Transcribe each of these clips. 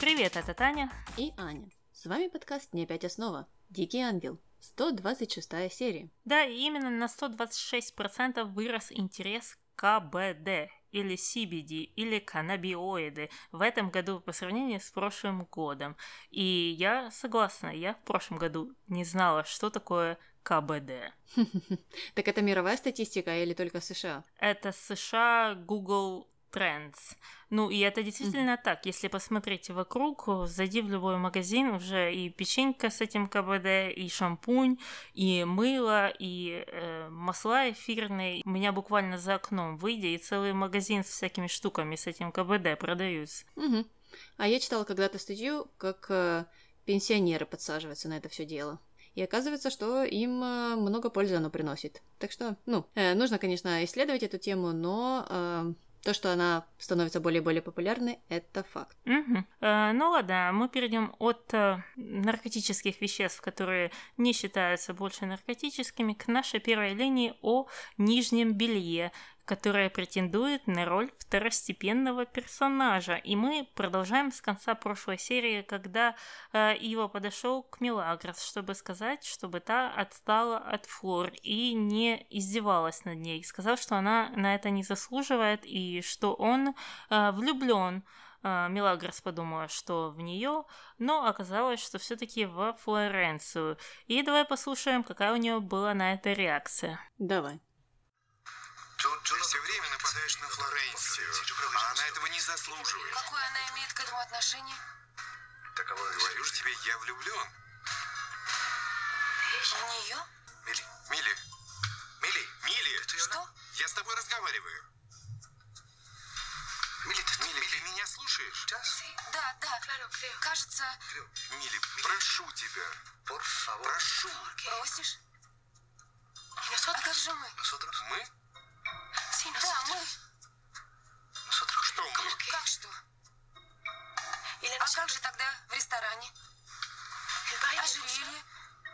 Привет, это Таня и Аня. С вами подкаст «Не опять основа». Дикий ангел. 126 серия. Да, и именно на 126% вырос интерес к КБД, или CBD, или каннабиоиды в этом году по сравнению с прошлым годом. И я согласна, я в прошлом году не знала, что такое КБД. Так это мировая статистика или только США? Это США, Google Trends. Ну, и это действительно так. Если посмотреть вокруг, зайди в любой магазин, уже и печенька с этим КБД, и шампунь, и мыло, и масла эфирные. У меня буквально за окном выйди, и целый магазин с всякими штуками с этим КБД продаются. Угу. А я читала когда-то статью, как пенсионеры подсаживаются на это все дело. И оказывается, что им много пользы оно приносит. Так что, нужно, конечно, исследовать эту тему, но то, что она становится более и более популярной, это факт. Ну ладно, мы перейдем от наркотических веществ, которые не считаются больше наркотическими, к нашей первой линии о нижнем белье, которая претендует на роль второстепенного персонажа. И мы продолжаем с конца прошлой серии, когда Ива подошел к Мелагрос, чтобы сказать, чтобы та отстала от Флор и не издевалась над ней. Сказал, что она на это не заслуживает и что он влюблен. Мелагрос подумала, что в нее, но оказалось, что все-таки во Флоренцию. И давай послушаем, какая у нее была на это реакция. Давай. Ты все время нападаешь на Флоренцию, а она этого не заслуживает. Какое она имеет к этому отношение? Говорю же тебе, я влюблен. В нее? Милли! Что? Я с тобой разговариваю. Милли, ты меня слушаешь? Да, кажется... Милли, прошу тебя. Прошу. Просишь? А как же мы? Мы? Да, мы. Что мы? Как что? А как же тогда в ресторане? Ожерелье?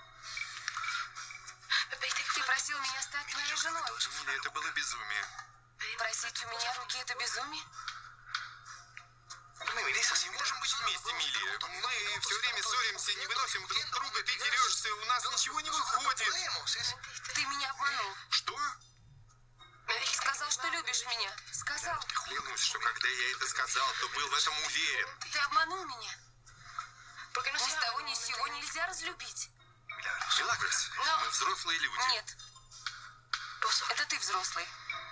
Ты просил меня стать твоей женой. Милли, это было безумие. Просить у меня руки — это безумие? Мы не можем быть вместе, Милли. Мы все время ссоримся, не выносим друг друга, ты дерешься, у нас ничего не выходит. Ты меня обманул. Что? Сказал, что любишь меня. Сказал. Клянусь, что когда я это сказал, то был в этом уверен. Ты обманул меня. Ни с того ни с сего нельзя разлюбить. Мелагрос, мы взрослые люди. Нет. Это ты взрослый.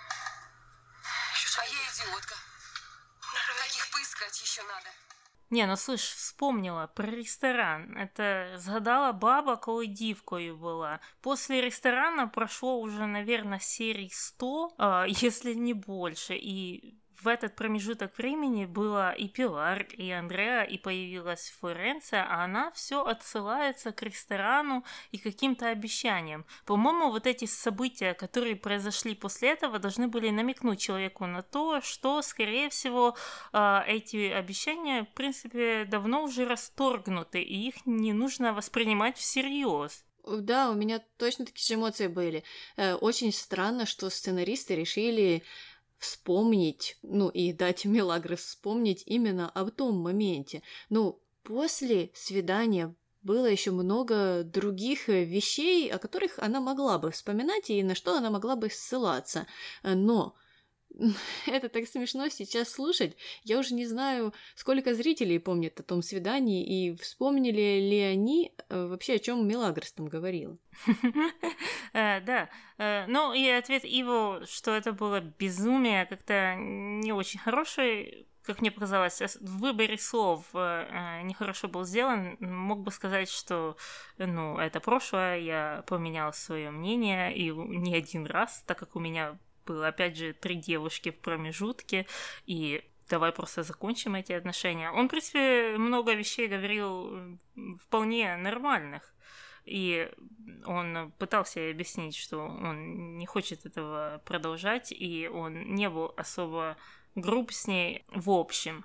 А я идиотка. Таких поискать еще надо. Не, ну слышь, вспомнила про ресторан. Это згадала баба, коли дівкою була. После ресторана прошло уже, наверное, серий 100, если не больше. И в этот промежуток времени была и Пилар, и Андреа, и появилась Флоренция, а она все отсылается к ресторану и каким-то обещаниям. По-моему, вот эти события, которые произошли после этого, должны были намекнуть человеку на то, что, скорее всего, эти обещания, в принципе, давно уже расторгнуты, и их не нужно воспринимать всерьез. Да, у меня точно такие же эмоции были. Очень странно, что сценаристы решили вспомнить, и дать Мелагрос вспомнить именно об том моменте. После свидания было еще много других вещей, о которых она могла бы вспоминать и на что она могла бы ссылаться. Но это так смешно сейчас слушать. Я уже не знаю, сколько зрителей помнят о том свидании, и вспомнили ли они вообще, о чем Мелагрос там говорила. Да. Ну и ответ Иву, что это было безумие, как-то не очень хороший, как мне показалось, в выборе слов нехорошо был сделан. Мог бы сказать, что это прошлое, я поменяла свое мнение, и не один раз, так как у меня было, опять же, 3 девушки в промежутке, и давай просто закончим эти отношения. Он, в принципе, много вещей говорил вполне нормальных. И он пытался объяснить, что он не хочет этого продолжать, и он не был особо груб с ней в общем.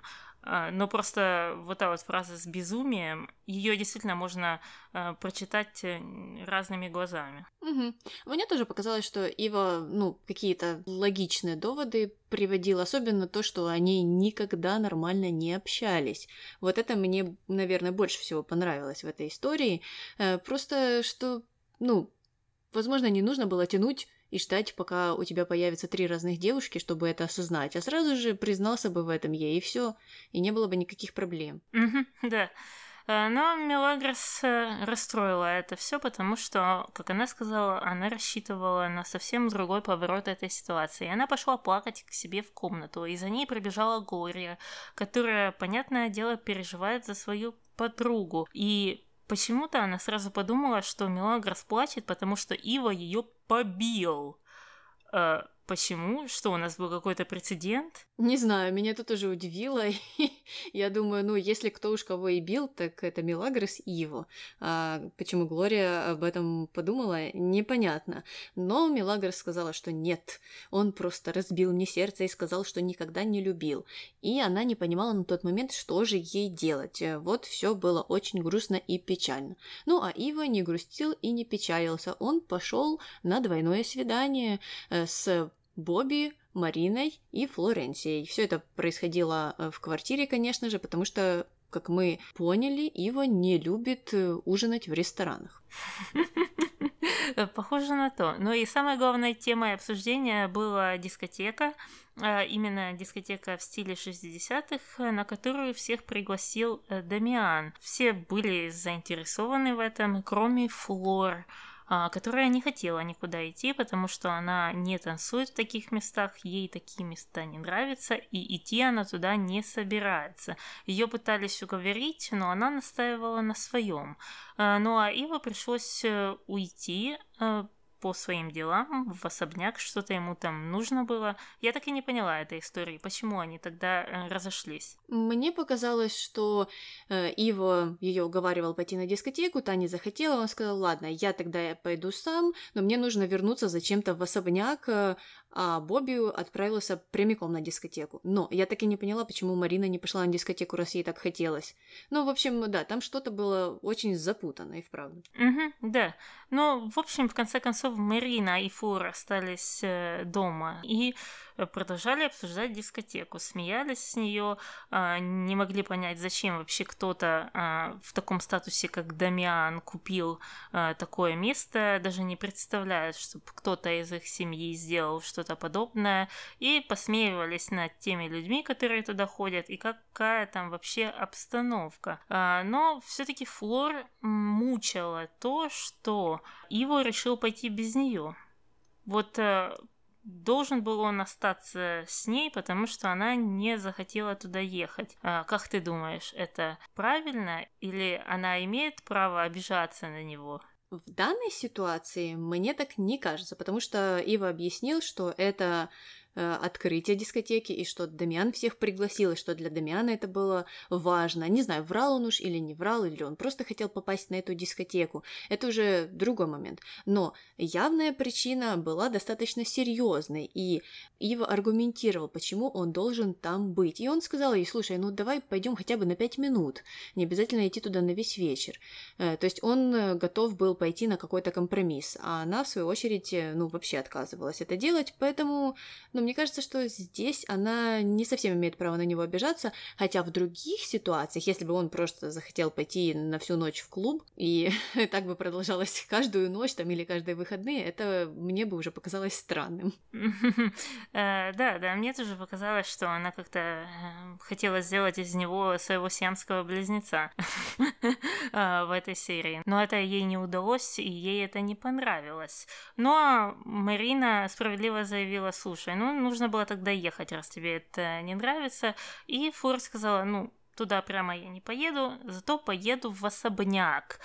Но просто вот та вот фраза с безумием, ее действительно можно прочитать разными глазами. Угу. Мне тоже показалось, что Ива, какие-то логичные доводы приводил, особенно то, что они никогда нормально не общались. Вот это мне, наверное, больше всего понравилось в этой истории. Просто, что, возможно, не нужно было тянуть и ждать, пока у тебя появятся 3 разных девушки, чтобы это осознать, а сразу же признался бы в этом ей, и все, и не было бы никаких проблем. Да. Но Мелагрос расстроила это все, потому что, как она сказала, она рассчитывала на совсем другой поворот этой ситуации. И она пошла плакать к себе в комнату, и за ней пробежала Глория, которая, понятное дело, переживает за свою подругу. И почему-то она сразу подумала, что Мелагрос плачет, потому что Ива ее побил. Почему? Что, у нас был какой-то прецедент? Не знаю, меня это тоже удивило. Я думаю, если кто уж кого и бил, так это Мелагрос и Иву. А почему Глория об этом подумала, непонятно. Но Мелагрос сказала, что нет. Он просто разбил мне сердце и сказал, что никогда не любил. И она не понимала на тот момент, что же ей делать. Вот все было очень грустно и печально. А Ива не грустил и не печалился. Он пошел на двойное свидание с Бобби, Мариной и Флоренцией. Все это происходило в квартире, конечно же, потому что, как мы поняли, Ива не любит ужинать в ресторанах. Похоже на то. Но и самой главной темой обсуждения была дискотека, именно дискотека в стиле 60-х, на которую всех пригласил Дамиан. Все были заинтересованы в этом, кроме Флор, которая не хотела никуда идти, потому что она не танцует в таких местах, ей такие места не нравятся, и идти она туда не собирается. Ее пытались уговорить, но она настаивала на своем. А Ива пришлось уйти по своим делам в особняк, что-то ему там нужно было. Я так и не поняла этой истории, почему они тогда разошлись. Мне показалось, что Ива ее уговаривал пойти на дискотеку, та не захотела, он сказал, ладно, я тогда пойду сам, но мне нужно вернуться зачем-то в особняк, а Бобби отправился прямиком на дискотеку. Но я так и не поняла, почему Марина не пошла на дискотеку, раз ей так хотелось. В общем, да, там что-то было очень запутано, и вправду. Да. В общем, в конце концов, Марина и Флор остались дома и продолжали обсуждать дискотеку, смеялись с нее, не могли понять, зачем вообще кто-то в таком статусе, как Дамиан, купил такое место, даже не представляют, чтобы кто-то из их семьи сделал что-то подобное, и посмеивались над теми людьми, которые туда ходят, и какая там вообще обстановка. Но все-таки Флор мучила то, что Ива решил пойти без нее. Вот должен был он остаться с ней, потому что она не захотела туда ехать. Как ты думаешь, это правильно или она имеет право обижаться на него? В данной ситуации мне так не кажется, потому что Ива объяснил, что это открытие дискотеки, и что Дамиан всех пригласил, и что для Дамиана это было важно. Не знаю, врал он уж или не врал, или он просто хотел попасть на эту дискотеку. Это уже другой момент. Но явная причина была достаточно серьезной, и Ива аргументировал, почему он должен там быть. И он сказал ей, слушай, давай пойдем хотя бы на 5 минут, не обязательно идти туда на весь вечер. То есть он готов был пойти на какой-то компромисс, а она, в свою очередь, вообще отказывалась это делать, поэтому, мне кажется, что здесь она не совсем имеет право на него обижаться, хотя в других ситуациях, если бы он просто захотел пойти на всю ночь в клуб, и так бы продолжалось каждую ночь там, или каждые выходные, это мне бы уже показалось странным. Да, мне тоже показалось, что она как-то хотела сделать из него своего сиамского близнеца в этой серии. Но это ей не удалось, и ей это не понравилось. Но Марина справедливо заявила, слушай, нужно было тогда ехать, раз тебе это не нравится. И Флор сказала, туда прямо я не поеду, зато поеду в особняк,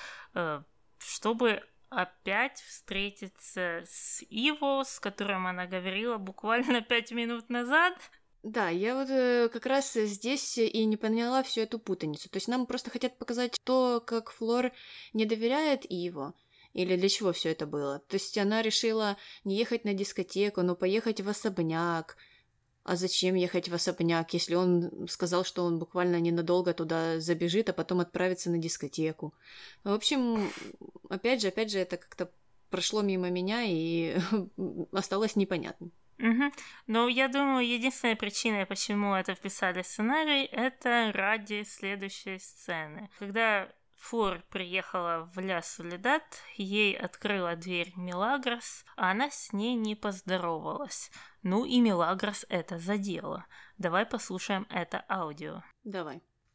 чтобы опять встретиться с Иво, с которым она говорила буквально 5 минут назад. Да, я вот как раз здесь и не поняла всю эту путаницу. То есть нам просто хотят показать то, как Флор не доверяет Иво, или для чего все это было. То есть она решила не ехать на дискотеку, но поехать в особняк. А зачем ехать в особняк, если он сказал, что он буквально ненадолго туда забежит, а потом отправится на дискотеку? В общем, опять же, это как-то прошло мимо меня и осталось непонятным. Угу. Но я думаю, единственная причина, почему это вписали в сценарий, это ради следующей сцены. Когда Флор приехала в Ля Соледад, ей открыла дверь Милагрос, а она с ней не поздоровалась. Ну и Милагрос это задело. Давай послушаем это аудио. Давай.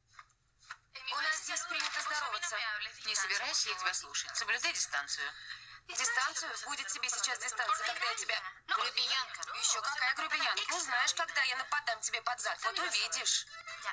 У нас здесь принято здороваться. Не собираюсь я тебя слушать. Соблюдай дистанцию. Дистанцию? Будет тебе сейчас дистанция, когда я тебя... Грубиянка. Еще какая грубиянка? Узнаешь, когда я нападам тебе под зад. Вот увидишь.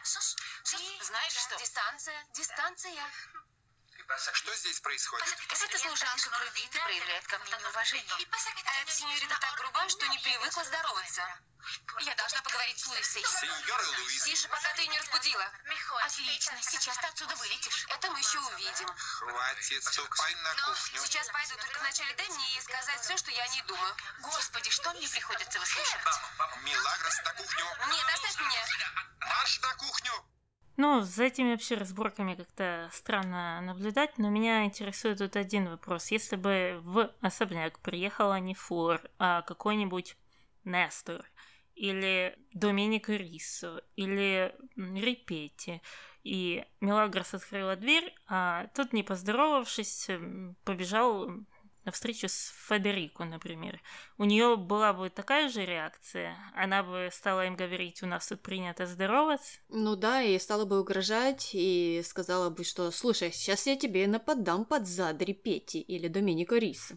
Знаешь что? Дистанция. Что здесь происходит? Эта служанка грубит и проявляет ко мне неуважение. А эта сеньорита так груба, что не привыкла здороваться. Я должна поговорить с Луисой. Сеньора Луис, Тише, пока ты не разбудила. Отлично. Сейчас ты отсюда вылетишь. Это мы еще увидим. хватит, ступай на кухню. Сейчас пойду, только вначале дай мне ей сказать все, что я не думаю. Господи, что мне приходится выслушивать? Милагрос, на кухню. Нет, оставь меня. Марш на кухню. Ну, за этими вообще разборками как-то странно наблюдать, но меня интересует тут один вопрос. Если бы в особняк приехала не Флор, а какой-нибудь Нестор, или Доменико Риссо, или Репетти, и Милагрос открыла дверь, а тот, не поздоровавшись, побежал навстречу с Федерико, например. У нее была бы такая же реакция? Она бы стала им говорить, у нас тут принято здороваться? Ну да, и стала бы угрожать, и сказала бы, что «Слушай, сейчас я тебе нападам под зад Репетти или Доменико Риссо».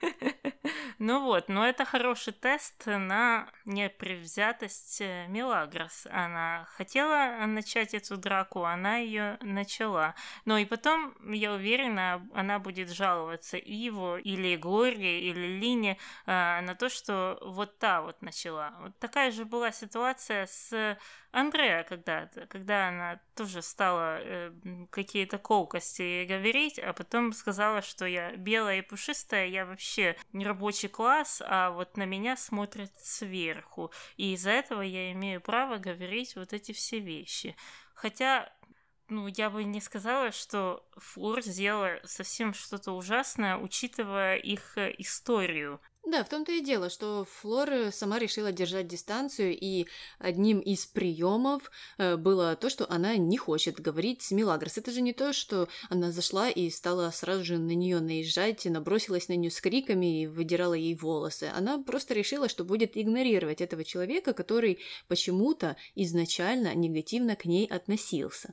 Ну вот, но это хороший тест на непредвзятость Милагрос. Она хотела начать эту драку, она ее начала. Но и потом, я уверена, она будет жаловаться Иву или Глории или Лине на то, что вот та вот начала. Вот такая же была ситуация с Андреа когда-то, когда она тоже стала какие-то колкости говорить, а потом сказала, что я белая и пушистая, я вообще не рабочий класс, а вот на меня смотрят сверху. И из-за этого я имею право говорить вот эти все вещи. Хотя, ну, я бы не сказала, что Флор сделала совсем что-то ужасное, учитывая их историю. Да, в том-то и дело, что Флора сама решила держать дистанцию, и одним из приемов было то, что она не хочет говорить с Милагрос. Это же не то, что она зашла и стала сразу же на нее наезжать, набросилась на нее с криками и выдирала ей волосы. Она просто решила, что будет игнорировать этого человека, который почему-то изначально негативно к ней относился.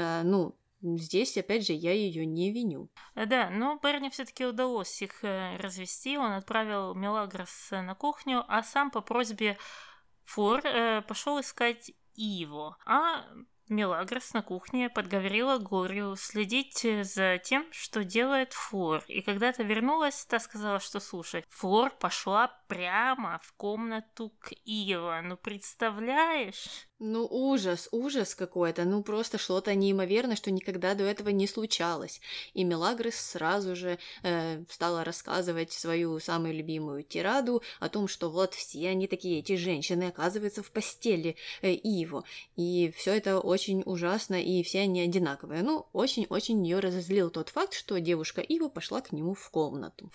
Здесь, опять же, я ее не виню. Да, но парню все-таки удалось их развести. Он отправил Милагрос на кухню, а сам по просьбе Флор пошел искать Иво. А Милагрос на кухне подговорила Глорию следить за тем, что делает Флор. И когда-то вернулась, та сказала, что слушай, Флор пошла прямо в комнату к Иво. Ну, представляешь? Ну, ужас какой-то, ну просто что-то неимоверное, что никогда до этого не случалось. И Милагрос сразу же стала рассказывать свою самую любимую тираду о том, что вот все они такие, эти женщины, оказываются в постели Иво. И все это очень ужасно, и все они одинаковые. Ну, очень-очень ее разозлил тот факт, что девушка Иво пошла к нему в комнату.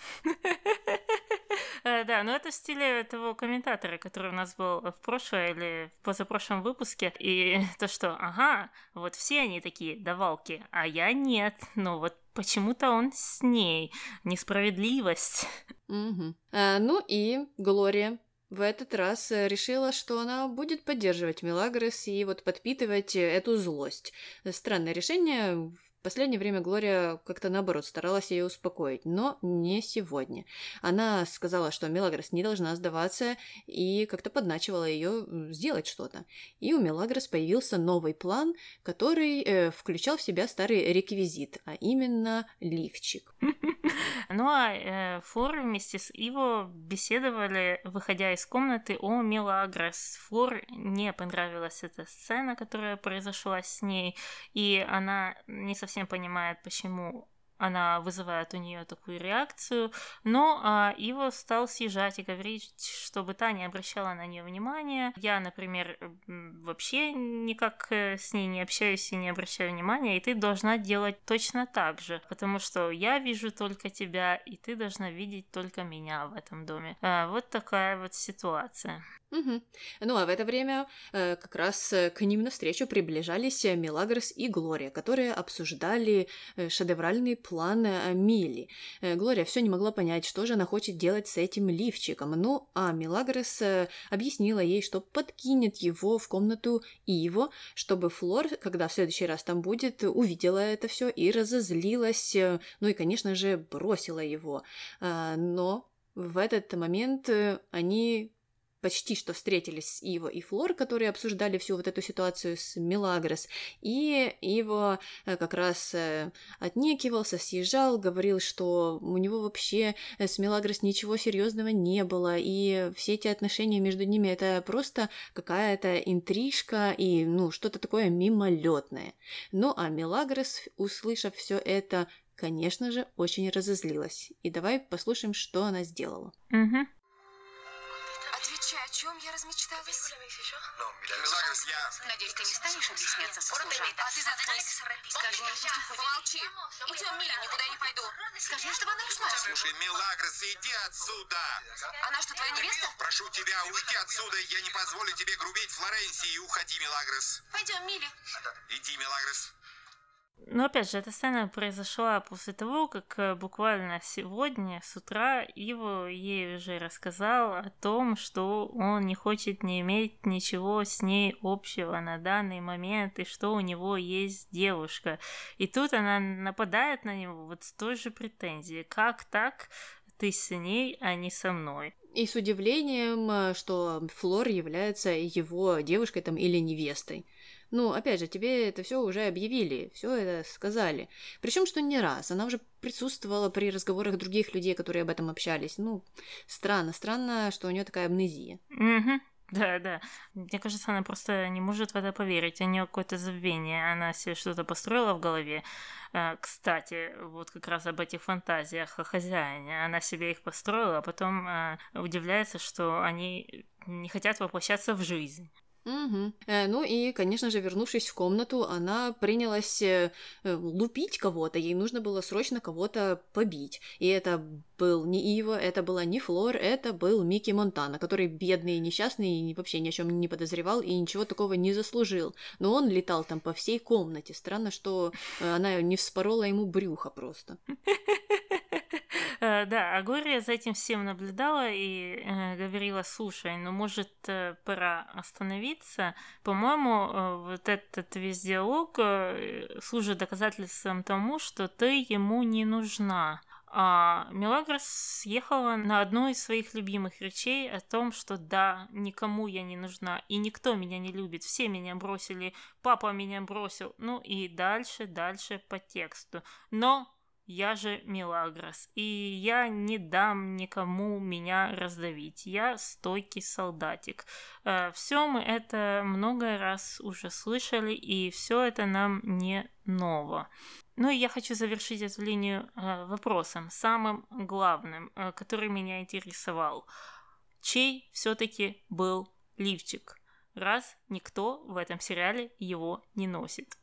Да, но это в стиле того комментатора, который у нас был в прошлом или в позапрошлом выпуске. И то, что, ага, вот все они такие давалки, а я нет. Ну вот почему-то он с ней. Несправедливость. Угу. Ну и Глория в этот раз решила, что она будет поддерживать Милагрос и вот подпитывать эту злость. Странное решение. В последнее время Глория как-то наоборот старалась ее успокоить, но не сегодня. Она сказала, что Милагрос не должна сдаваться, и как-то подначивала ее сделать что-то. И у Милагрос появился новый план, который включал в себя старый реквизит, а именно лифчик. Ну а Флор вместе с Иво беседовали, выходя из комнаты, о Милагрос. Флор не понравилась эта сцена, которая произошла с ней, и она не совсем понимает, почему она вызывает у нее такую реакцию, но Иво стал съезжать и говорить, чтобы та не обращала на нее внимания. Я, например, вообще никак с ней не общаюсь и не обращаю внимания, и ты должна делать точно так же, потому что я вижу только тебя, и ты должна видеть только меня в этом доме. Вот такая вот ситуация. Угу. Ну а в это время как раз к ним навстречу приближались Мелагрос и Глория, которые обсуждали шедевральный план Мили. Глория все не могла понять, что же она хочет делать с этим лифчиком. Ну а Мелагрос объяснила ей, что подкинет его в комнату Иво, чтобы Флор, когда в следующий раз там будет, увидела это все и разозлилась, ну и, конечно же, бросила его. Но в этот момент они почти что встретились с Иво и Флор, которые обсуждали всю вот эту ситуацию с Мелагрос, и Иво как раз отнекивался, съезжал, говорил, что у него вообще с Мелагрос ничего серьезного не было, и все эти отношения между ними это просто какая-то интрижка и, ну, что-то такое мимолетное. Ну, а Мелагрос, услышав все это, конечно же, очень разозлилась. И давай послушаем, что она сделала. Угу. Отвечай, о чем я размечталась? Мелагрос, я... Надеюсь, ты не станешь объясняться со служанкой. А ты заткнись. Скажи ей, пусть уходит. Помолчи. Идем, Миля, никуда я не пойду. Скажи, чтобы она ушла. Слушай, Мелагрос, иди отсюда! Она что, твоя невеста? Прошу тебя, уйди отсюда, я не позволю тебе грубить Флоренции. Уходи, Мелагрос. Пойдем, Миля. Иди, Мелагрос. Но опять же, эта сцена произошла после того, как буквально сегодня с утра Иво ей уже рассказал о том, что он не хочет не иметь ничего с ней общего на данный момент, и что у него есть девушка. И тут она нападает на него вот с той же претензией. Как так? Ты с ней, а не со мной. И с удивлением, что Флор является его девушкой там или невестой. Ну, опять же, тебе это все уже объявили, все это сказали. Причем, что не раз. Она уже присутствовала при разговорах других людей, которые об этом общались. Ну, странно, что у нее такая амнезия. Угу. Да. Мне кажется, она просто не может в это поверить. У нее какое-то забвение. Она себе что-то построила в голове. Кстати, вот как раз об этих фантазиях о хозяине. Она себе их построила, а потом удивляется, что они не хотят воплощаться в жизнь. Угу. Ну и, конечно же, вернувшись в комнату, она принялась лупить кого-то. Ей нужно было срочно кого-то побить. И это был не Иво, это была не Флор, это был Микки Монтана, который бедный и несчастный, и вообще ни о чем не подозревал и ничего такого не заслужил. Но он летал там по всей комнате. Странно, что она не вспорола ему брюхо просто. Да, Агория за этим всем наблюдала и говорила: слушай, ну может пора остановиться? По-моему, вот этот весь диалог служит доказательством тому, что ты ему не нужна. А Мелагрос съехала на одну из своих любимых речей о том, что да, никому я не нужна, и никто меня не любит, все меня бросили, папа меня бросил, ну и дальше по тексту. Но я же Мелагрос, и я не дам никому меня раздавить. Я стойкий солдатик. Все мы это много раз уже слышали, и все это нам не ново. Ну и я хочу завершить эту линию вопросом, самым главным, который меня интересовал. Чей все-таки был лифчик, раз никто в этом сериале его не носит?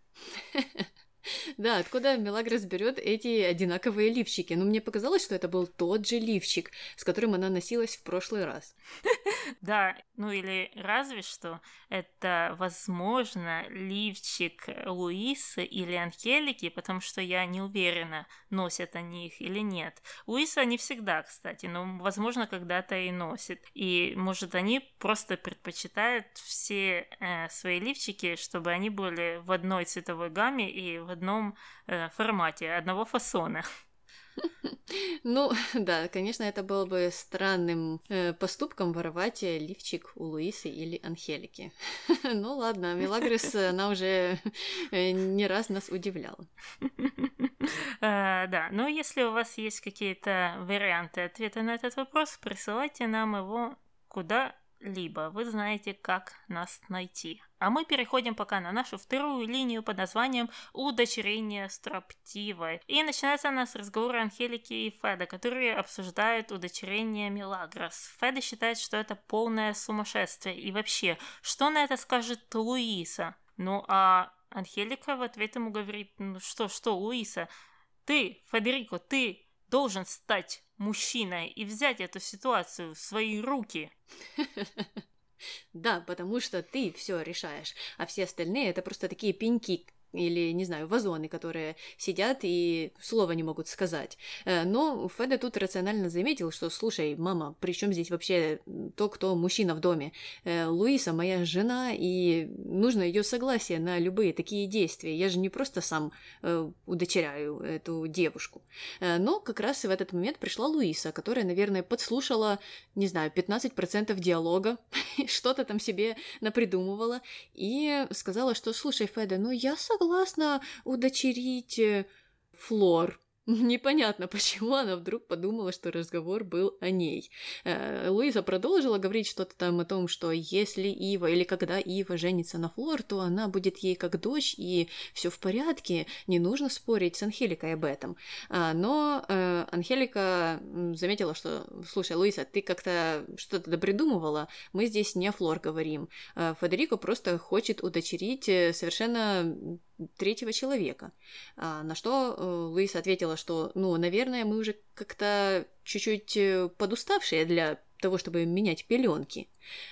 Да, откуда Мелагрос берет эти одинаковые лифчики? Ну, мне показалось, что это был тот же лифчик, с которым она носилась в прошлый раз. Да, ну или разве что это, возможно, лифчик Луисы или Анхелики, потому что я не уверена, носят они их или нет. Луиса не всегда, кстати, но, возможно, когда-то и носит. И, может, они просто предпочитают все свои лифчики, чтобы они были в одной цветовой гамме и в одном формате, одного фасона. Ну, да, конечно, это было бы странным поступком воровать лифчик у Луисы или Анхелики. Ну ладно, Мелагрос, она уже не раз нас удивляла. Да, но если у вас есть какие-то варианты ответа на этот вопрос, присылайте нам его куда либо вы знаете, как нас найти. А мы переходим пока на нашу вторую линию под названием «Удочерение строптивой». И начинается у нас разговор Анхелики и Феда, которые обсуждают удочерение Мелагрос. Феда считает, что это полное сумасшествие. И вообще, что на это скажет Луиса? Ну, а Анхелика в ответ ему говорит: ну что, Луиса, ты, Федерико, ты должен стать мужчиной и взять эту ситуацию в свои руки. Да, потому что ты все решаешь, а все остальные это просто такие пеньки или, не знаю, вазоны, которые сидят и слова не могут сказать. Но Феда тут рационально заметил, что, слушай, мама, при чем здесь вообще то, кто мужчина в доме? Луиса моя жена, и нужно ее согласие на любые такие действия. Я же не просто сам удочеряю эту девушку. Но как раз и в этот момент пришла Луиса, которая, наверное, подслушала, не знаю, 15% диалога, что-то там себе напридумывала, и сказала, что, слушай, Феда, ну я согласна удочерить Флор. Непонятно, почему она вдруг подумала, что разговор был о ней. Луиза продолжила говорить что-то там о том, что если Ива или когда Ива женится на Флор, то она будет ей как дочь, и все в порядке, не нужно спорить с Анхеликой об этом. Но Анхелика заметила, что, слушай, Луиза, ты как-то что-то допридумывала, мы здесь не о Флор говорим. Федерико просто хочет удочерить совершенно третьего человека. На что Луиса ответила, что, ну, наверное, мы уже как-то чуть-чуть подуставшие для того, чтобы менять пеленки.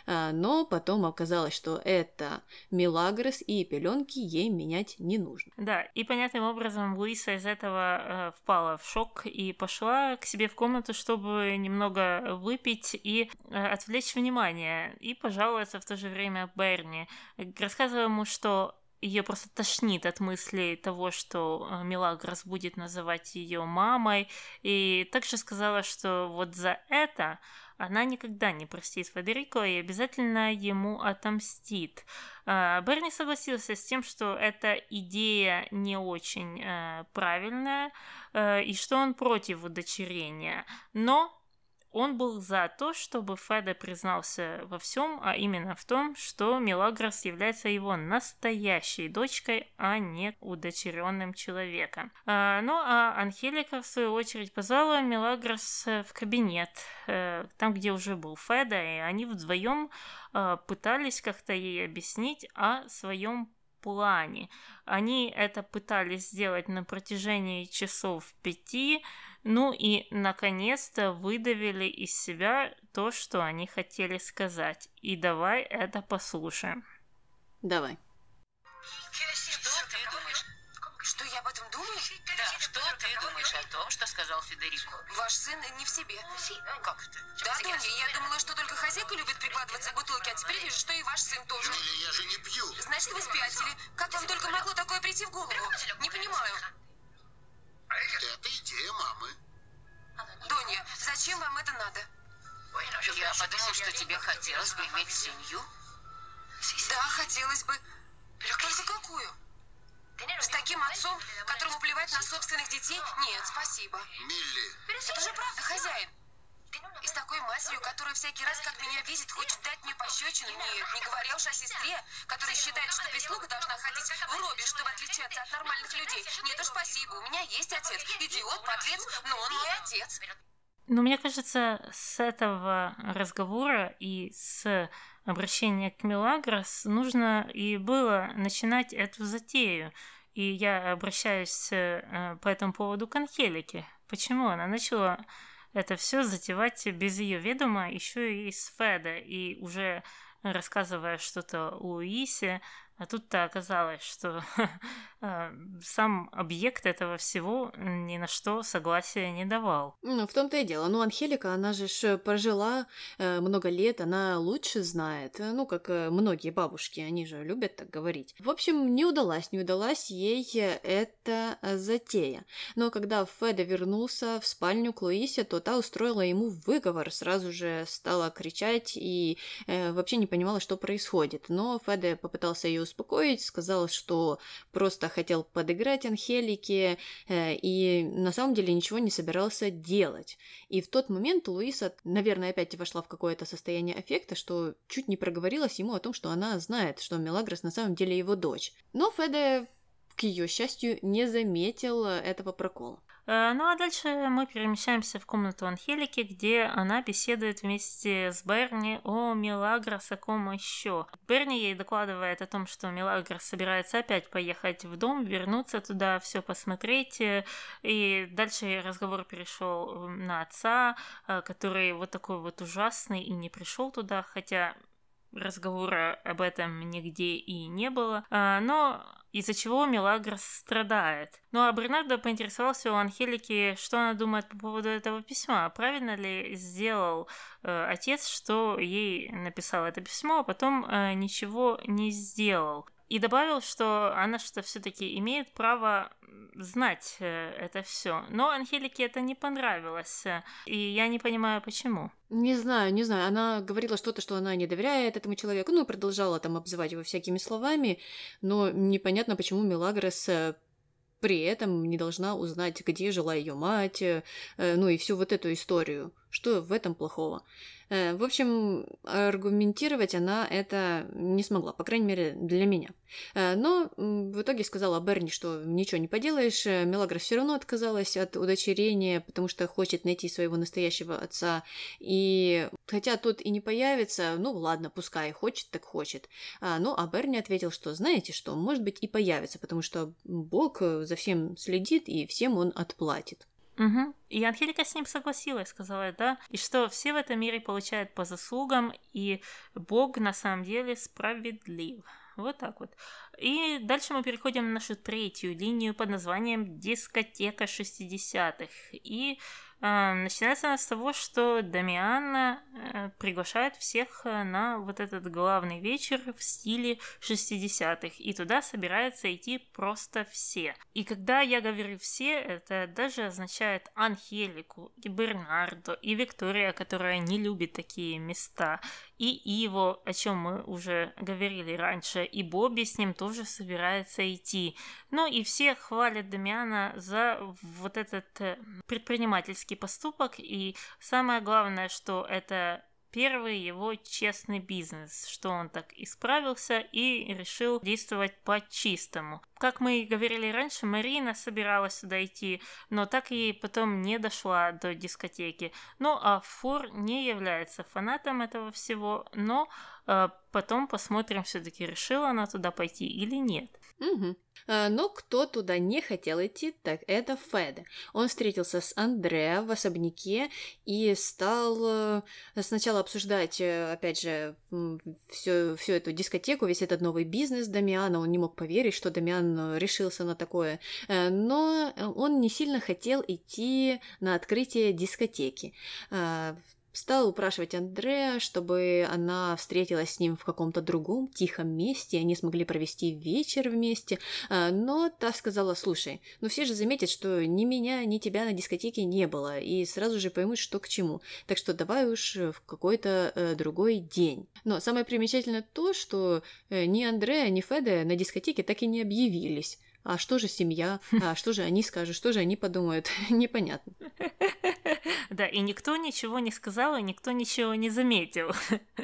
Но потом оказалось, что это Мелагрос, и пеленки ей менять не нужно. Да, и понятным образом Луиса из этого впала в шок и пошла к себе в комнату, чтобы немного выпить и отвлечь внимание, и пожаловаться в то же время Берни, рассказывая ему, что ее просто тошнит от мысли того, что Мелагрос будет называть ее мамой, и также сказала, что вот за это она никогда не простит Федерико и обязательно ему отомстит. Берни согласился с тем, что эта идея не очень правильная, и что он против удочерения, но он был за то, чтобы Феда признался во всем, а именно в том, что Мелагрос является его настоящей дочкой, а не удочеренным человеком. Ну а Анхелика, в свою очередь, позвала Мелагрос в кабинет, там, где уже был Феда, и они вдвоем пытались как-то ей объяснить о своем плане. Они это пытались сделать на протяжении часов 5, ну и, наконец-то, выдавили из себя то, что они хотели сказать. И давай это послушаем. Давай. Что ты думаешь? Что я об этом думаю? Да, что ты думаешь о том, что сказал Федерико? Ваш сын не в себе. Как это? Да, Доня, я думала, что только хозяйка любит прикладываться к бутылке, а теперь вижу, что и ваш сын тоже. Эмилия, я же не пью. Значит, вы спятили. Как вам только могло такое прийти в голову? Не понимаю. Это идея мамы. Доня, зачем вам это надо? Я подумал, что тебе хотелось бы иметь семью. Да, хотелось бы. Только какую? С таким отцом, которому плевать на собственных детей? Нет, спасибо. Милли, Это же правда, хозяин. И с такой матерью, которая всякий раз, как меня видит, хочет дать мне пощечину. Нет, не говоря уж о сестре, которая считает, что прислуга должна ходить в робе, чтобы отличаться от нормальных людей. Нет уж, спасибо, у меня есть отец. Идиот, подлец, но он мой отец. Но мне кажется, с этого разговора и с обращения к Мелагрос нужно и было начинать эту затею. И я обращаюсь по этому поводу к Анхелике. Почему она начала это все затевать без ее ведома, еще и с Феда, и уже рассказывая что-то Луисе, а тут-то оказалось, что сам объект этого всего ни на что согласия не давал. Ну, в том-то и дело. Ну, Анхелика, она же прожила много лет, она лучше знает. Ну, как многие бабушки, они же любят так говорить. В общем, не удалась ей эта затея. Но когда Феда вернулся в спальню к Луисе, то та устроила ему выговор, сразу же стала кричать и вообще не понимала, что происходит. Но Феда попытался ее успокоить, сказал, что просто хотел подыграть Анхелике и на самом деле ничего не собирался делать. И в тот момент Луиса, наверное, опять вошла в какое-то состояние аффекта, что чуть не проговорилась ему о том, что она знает, что Мелагрос на самом деле его дочь. Но Феде, к ее счастью, не заметил этого прокола. Ну а дальше мы перемещаемся в комнату Анхелики, где она беседует вместе с Берни о Мелагрос, о ком еще. Берни ей докладывает о том, что Мелагрос собирается опять поехать в дом, вернуться туда, все посмотреть. И дальше разговор перешел на отца, который вот такой вот ужасный и не пришел туда, хотя разговора об этом нигде и не было, но из-за чего Мелагрос страдает. Ну а Бернардо поинтересовался у Анхелики, что она думает по поводу этого письма. Правильно ли сделал отец, что ей написал это письмо, а потом ничего не сделал. И добавил, что она что все-таки имеет право знать это все. Но Анхелике это не понравилось, и я не понимаю, почему. Не знаю. Она говорила что-то, что она не доверяет этому человеку, ну, продолжала там обзывать его всякими словами, но непонятно, почему Мелагрос при этом не должна узнать, где жила ее мать, ну и всю вот эту историю. Что в этом плохого? В общем, аргументировать она это не смогла, по крайней мере, для меня. Но в итоге сказала Берни, что ничего не поделаешь, Мелагрос все равно отказалась от удочерения, потому что хочет найти своего настоящего отца. И хотя тот и не появится, ну ладно, пускай хочет, так хочет. Ну, а Берни ответил, что знаете что, может быть и появится, потому что Бог за всем следит и всем он отплатит. Угу. И Анхелика с ним согласилась, сказала, да, и что все в этом мире получают по заслугам, и Бог на самом деле справедлив. Вот так вот. И дальше мы переходим на нашу третью линию под названием «Дискотека 60-х». И начинается она с того, что Дамиан приглашает всех на вот этот главный вечер в стиле 60-х. И туда собираются идти просто все. И когда я говорю «все», это даже означает Анхелику, и Бернардо, и Виктория, которая не любит такие места, и Иво, о чем мы уже говорили раньше, и Бобби с ним тоже собирается идти. Ну и все хвалят Дамиана за вот этот предпринимательский поступок, и самое главное, что это первый его честный бизнес, что он так исправился и решил действовать по-чистому. Как мы и говорили раньше, Марина собиралась сюда идти, но так и потом не дошла до дискотеки. Ну а Фор не является фанатом этого всего, но потом посмотрим, все-таки решила она туда пойти или нет. Угу. Но кто туда не хотел идти, так это Феде. Он встретился с Андреа в особняке и стал сначала обсуждать, опять же, всю эту дискотеку, весь этот новый бизнес Дамиана. Он не мог поверить, что Дамиан решился на такое. Но он не сильно хотел идти на открытие дискотеки. Стал упрашивать Андреа, чтобы она встретилась с ним в каком-то другом тихом месте, и они смогли провести вечер вместе. Но та сказала: слушай, ну все же заметят, что ни меня, ни тебя на дискотеке не было, и сразу же поймут, что к чему. Так что давай уж в какой-то другой день. Но самое примечательное то, что ни Андреа, ни Феде на дискотеке так и не объявились. А что же семья? А что же они скажут? Что же они подумают? Непонятно. Да, и никто ничего не сказал, и никто ничего не заметил.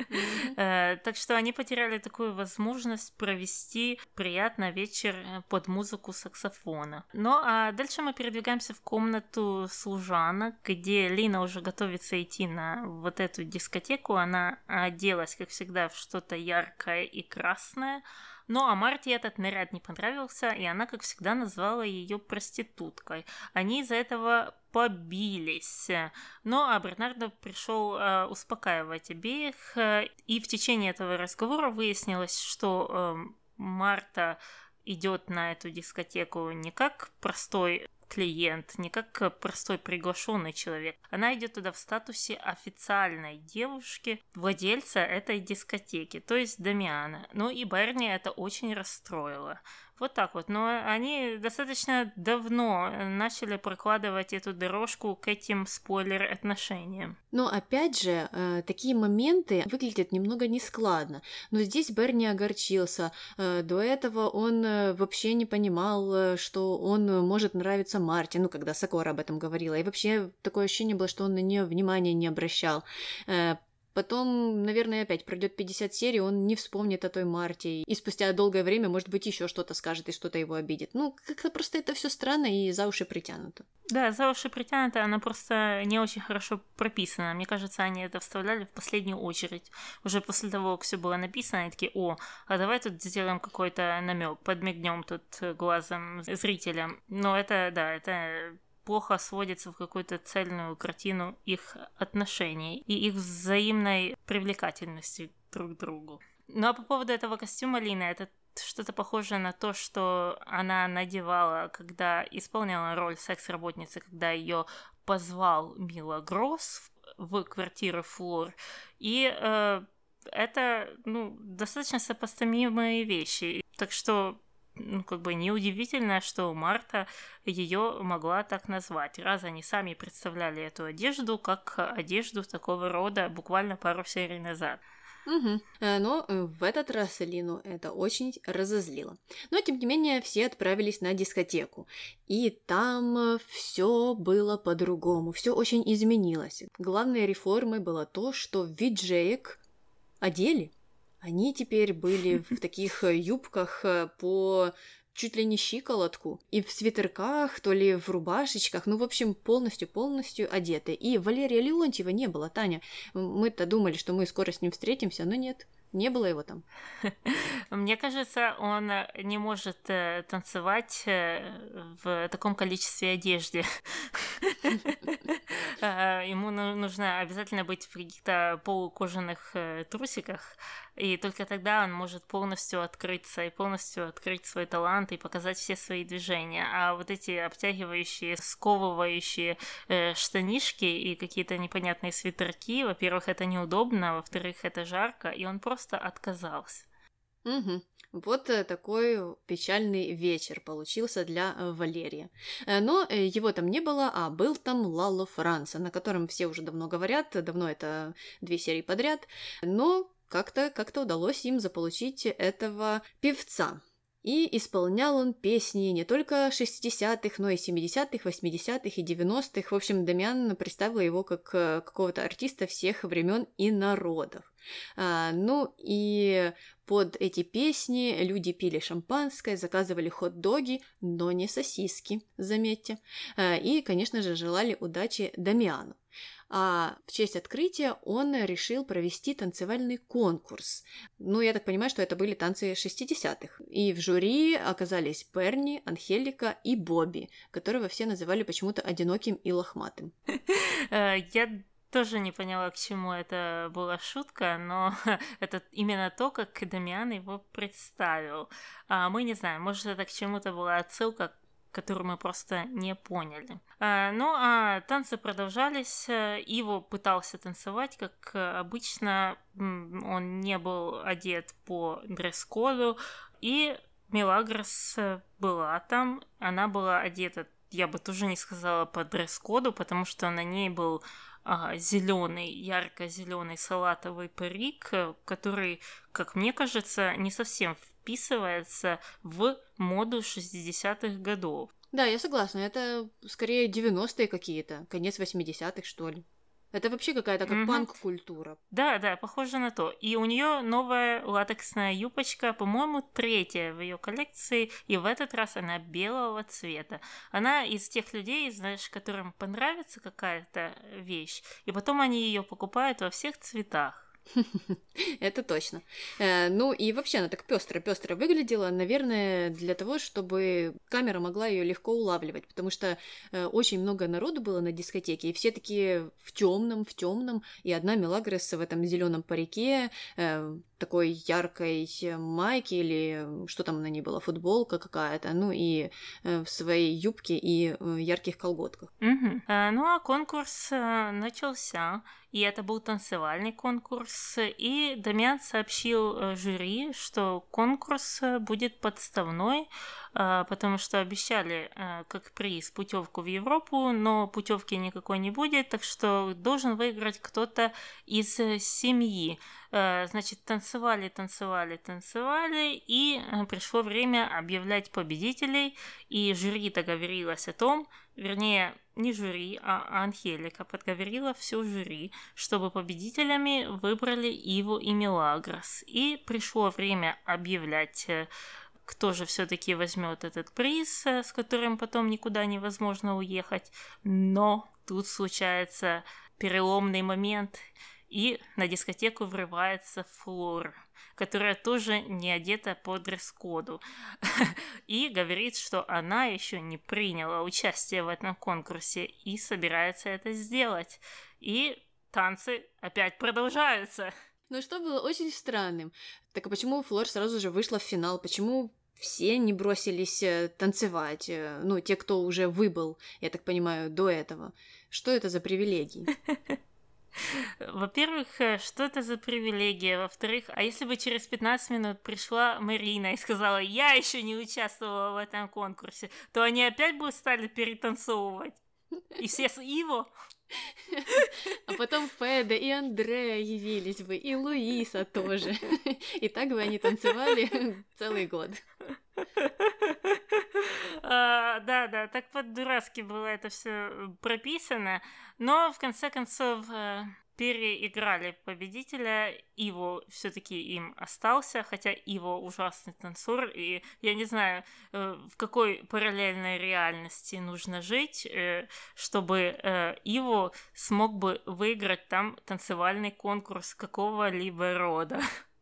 Так что они потеряли такую возможность провести приятный вечер под музыку саксофона. Ну, а дальше мы передвигаемся в комнату служанок, где Лина уже готовится идти на вот эту дискотеку. Она оделась, как всегда, в что-то яркое и красное. Ну, а Марте этот наряд не понравился, и она, как всегда, назвала ее проституткой. Они из-за этого побились. Ну, а Бернардо пришел успокаивать обеих, и в течение этого разговора выяснилось, что Марта идет на эту дискотеку не как простой клиент, не как простой приглашенный человек. Она идет туда в статусе официальной девушки, владельца этой дискотеки, то есть Дамиана. Ну и Берни это очень расстроило, Вот так вот. Но они достаточно давно начали прокладывать эту дорожку к этим спойлер-отношениям. Но опять же, такие моменты выглядят немного нескладно. Но здесь Берни огорчился. До этого он вообще не понимал, что он может нравиться Марте, ну, когда Сакура об этом говорила. И вообще такое ощущение было, что он на нее внимания не обращал. Потом, наверное, опять пройдет 50 серий, он не вспомнит о той Марте, и спустя долгое время, может быть, еще что-то скажет и что-то его обидит. Ну, как-то просто это все странно и за уши притянуто. Да, за уши притянуто, она просто не очень хорошо прописана. Мне кажется, они это вставляли в последнюю очередь. Уже после того, как все было написано, они такие: о, а давай тут сделаем какой-то намек, подмигнем тут глазом зрителям. Но это, да, это плохо сводится в какую-то цельную картину их отношений и их взаимной привлекательности друг к другу. Ну а по поводу этого костюма Лины, это что-то похожее на то, что она надевала, когда исполняла роль секс-работницы, когда ее позвал Мила Гросс в квартиру Флор. И это, достаточно сопоставимые вещи. Так что неудивительно, что Марта ее могла так назвать, раз они сами представляли эту одежду как одежду такого рода буквально пару серий назад. Угу. Но в этот раз Лину это очень разозлило. Но, тем не менее, все отправились на дискотеку. И там все было по-другому, все очень изменилось. Главной реформой было то, что виджеек одели. Они теперь были в таких юбках по чуть ли не щиколотку, и в свитерках, то ли в рубашечках, в общем, полностью одеты. И Валерия Леонтьева не было, Таня. Мы-то думали, что мы скоро с ним встретимся, но нет. Не было его там. Мне кажется, он не может танцевать в таком количестве одежды. Ему нужно обязательно быть в каких-то полукожаных трусиках, и только тогда он может полностью открыться и полностью открыть свой талант и показать все свои движения. А вот эти обтягивающие, сковывающие штанишки и какие-то непонятные свитерки, во-первых, это неудобно, во-вторых, это жарко, и он просто отказался. Угу. Вот такой печальный вечер получился для Валерия. Но его там не было, а был там Лало Франца, на котором все уже давно говорят, давно это 2 серии подряд, но как-то удалось им заполучить этого певца. И исполнял он песни не только 60-х, но и 70-х, 80-х и 90-х. В общем, Дамиан представила его как какого-то артиста всех времен и народов. И под эти песни люди пили шампанское, заказывали хот-доги, но не сосиски, заметьте. И, конечно же, желали удачи Дамиану. А в честь открытия он решил провести танцевальный конкурс. Я так понимаю, что это были танцы 60-х. И в жюри оказались Берни, Анхелика и Бобби, которого все называли почему-то одиноким и лохматым. Я тоже не поняла, к чему это была шутка, но это именно то, как Дамиан его представил. Мы не знаем, может, это к чему-то была отсылка, которую мы просто не поняли. А танцы продолжались. Иво пытался танцевать, как обычно. Он не был одет по дресс-коду. И Милагрос была там. Она была одета, я бы тоже не сказала, по дресс-коду, потому что на ней был зеленый, ярко-зеленый салатовый парик, который, как мне кажется, не совсем вписывается в моду 60-х годов. Да, я согласна, это скорее 90-е какие-то, конец 80-х, что ли. Это вообще какая-то как панк-культура. Да, похоже на то. И у нее новая латексная юбочка, по-моему, 3-я в ее коллекции, и в этот раз она белого цвета. Она из тех людей, знаешь, которым понравится какая-то вещь, и потом они ее покупают во всех цветах. Это точно. И вообще она так пестро выглядела, наверное, для того, чтобы камера могла ее легко улавливать, потому что очень много народу было на дискотеке, и все такие в темном, и одна Милагрос в этом зеленом парике, такой яркой майке или что там на ней было, футболка какая-то, ну и в своей юбке и ярких колготках. Ну а конкурс начался, и это был танцевальный конкурс, и Дамиан сообщил жюри, что конкурс будет подставной, потому что обещали как приз путевку в Европу, но путевки никакой не будет, так что должен выиграть кто-то из семьи. Значит, танцевали, и пришло время объявлять победителей, и жюри договорилось о том, вернее, не жюри, а Анхелика подговорила все жюри, чтобы победителями выбрали Иву и Мелагрос. И пришло время объявлять, кто же все-таки возьмет этот приз, с которым потом никуда невозможно уехать. Но тут случается переломный момент, и на дискотеку врывается Флор, которая тоже не одета по дресс-коду, и говорит, что она еще не приняла участие в этом конкурсе и собирается это сделать. И танцы опять продолжаются. Ну, что было очень странным. Так а почему Флор сразу же вышла в финал? Почему все не бросились танцевать? Ну, те, кто уже выбыл, я так понимаю, до этого. Что это за привилегии? Во-первых, что это за привилегия? Во-вторых, а если бы через 15 минут пришла Марина и сказала, я еще не участвовала в этом конкурсе, то они опять бы стали перетанцовывать? И все с Иво? А потом Феда и Андреа явились бы, и Луиса тоже. И так бы они танцевали целый год. Да, так по-дурацки было это все прописано, но в конце концов переиграли победителя. Иво все-таки им остался, хотя Иво ужасный танцор, и я не знаю, в какой параллельной реальности нужно жить, чтобы Иво смог бы выиграть там танцевальный конкурс какого-либо рода.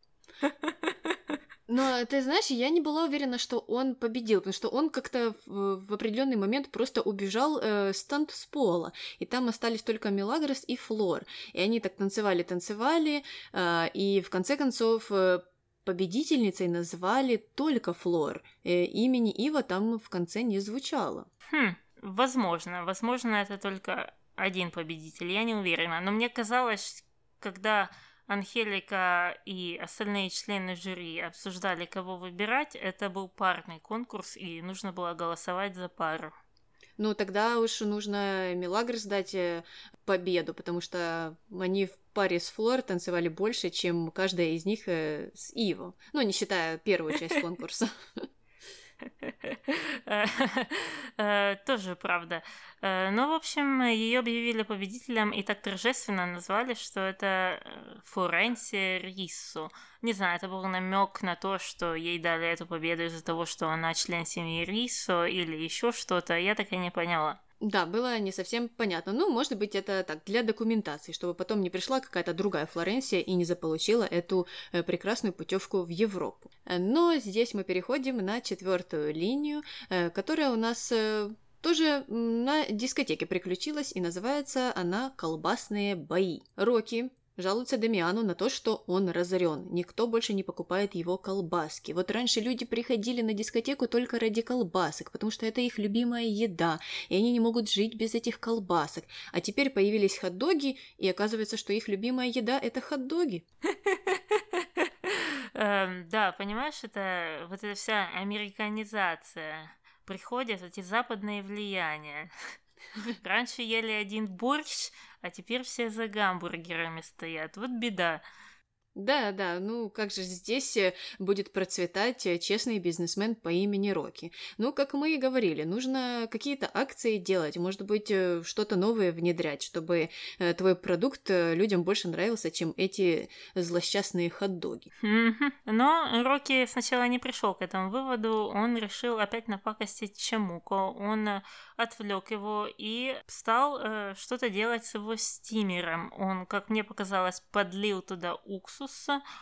Но, ты знаешь, я не была уверена, что он победил, потому что он как-то в определенный момент просто убежал с танцпола, и там остались только Мелагрос и Флор, и они так танцевали, и в конце концов победительницей назвали только Флор, имени Ива там в конце не звучало. Возможно, это только один победитель, я не уверена, но мне казалось, когда Анхелика и остальные члены жюри обсуждали, кого выбирать, это был парный конкурс, и нужно было голосовать за пару. Ну, тогда уж нужно Мелагрос дать победу, потому что они в паре с Флор танцевали больше, чем каждая из них с Иво. Ну, не считая первую часть конкурса. Тоже правда. Но, в общем, ее объявили победителем и так торжественно назвали, что это Флоренция Риссо. Не знаю, это был намек на то, что ей дали эту победу из-за того, что она член семьи Риссо или еще что-то. Я так и не поняла. Да, было не совсем понятно. Ну, может быть, это так, для документации, чтобы потом не пришла какая-то другая Флоренция и не заполучила эту прекрасную путевку в Европу. Но здесь мы переходим на 4-ю линию, которая у нас тоже на дискотеке приключилась, и называется она «Колбасные бои». Рокки жалуется Дамиану на то, что он разорен. Никто больше не покупает его колбаски. Вот раньше люди приходили на дискотеку только ради колбасок, потому что это их любимая еда, и они не могут жить без этих колбасок. А теперь появились хот-доги, и оказывается, что их любимая еда – это хот-доги. Да, понимаешь, это вот эта вся американизация. Приходят эти западные влияния. Раньше ели один борщ, а теперь все за гамбургерами стоят. Вот беда. Да, ну как же здесь будет процветать честный бизнесмен по имени Рокки? Ну, как мы и говорили, нужно какие-то акции делать, может быть, что-то новое внедрять, чтобы твой продукт людям больше нравился, чем эти злосчастные хот-доги. Но Рокки сначала не пришел к этому выводу, он решил опять напакостить Чамуко, он отвлек его и стал что-то делать с его стимером. Он, как мне показалось, подлил туда уксус,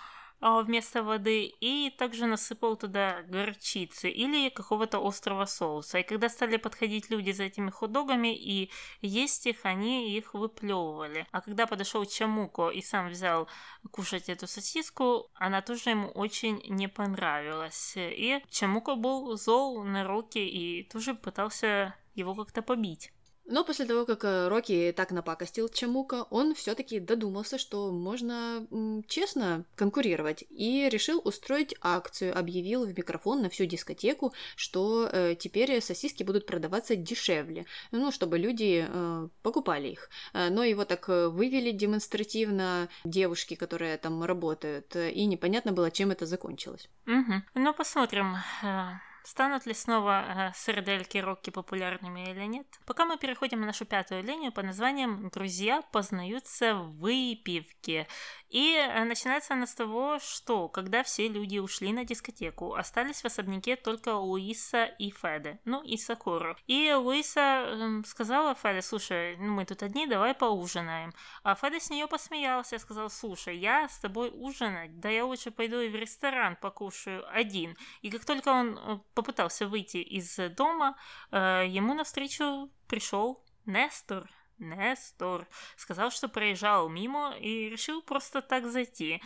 вместо воды, и также насыпал туда горчицы или какого-то острого соуса. И когда стали подходить люди за этими хот-догами и есть их, они их выплевывали. А когда подошел Чамуко и сам взял кушать эту сосиску, она тоже ему очень не понравилась. И Чамуко был зол на Рокки и тоже пытался его как-то побить. Но после того, как Рокки так напакостил Чамуко, он все-таки додумался, что можно честно конкурировать, и решил устроить акцию, объявил в микрофон на всю дискотеку, что теперь сосиски будут продаваться дешевле, чтобы люди покупали их. Но его так вывели демонстративно девушки, которые там работают, и непонятно было, чем это закончилось. Ну, посмотрим. Станут ли снова сардельки Рокки популярными или нет? Пока мы переходим на нашу 5-ю линию под названием «Друзья познаются в выпивке». И начинается она с того, что когда все люди ушли на дискотеку, остались в особняке только Луиса и Феде, и Сакуру. И Луиса сказала Феде: слушай, мы тут одни, давай поужинаем. А Феде с нее посмеялся и сказал: слушай, я с тобой ужинать, да я лучше пойду и в ресторан покушаю один. И как только он попытался выйти из дома, ему навстречу пришел Нестор. Сказал, что проезжал мимо и решил просто так зайти.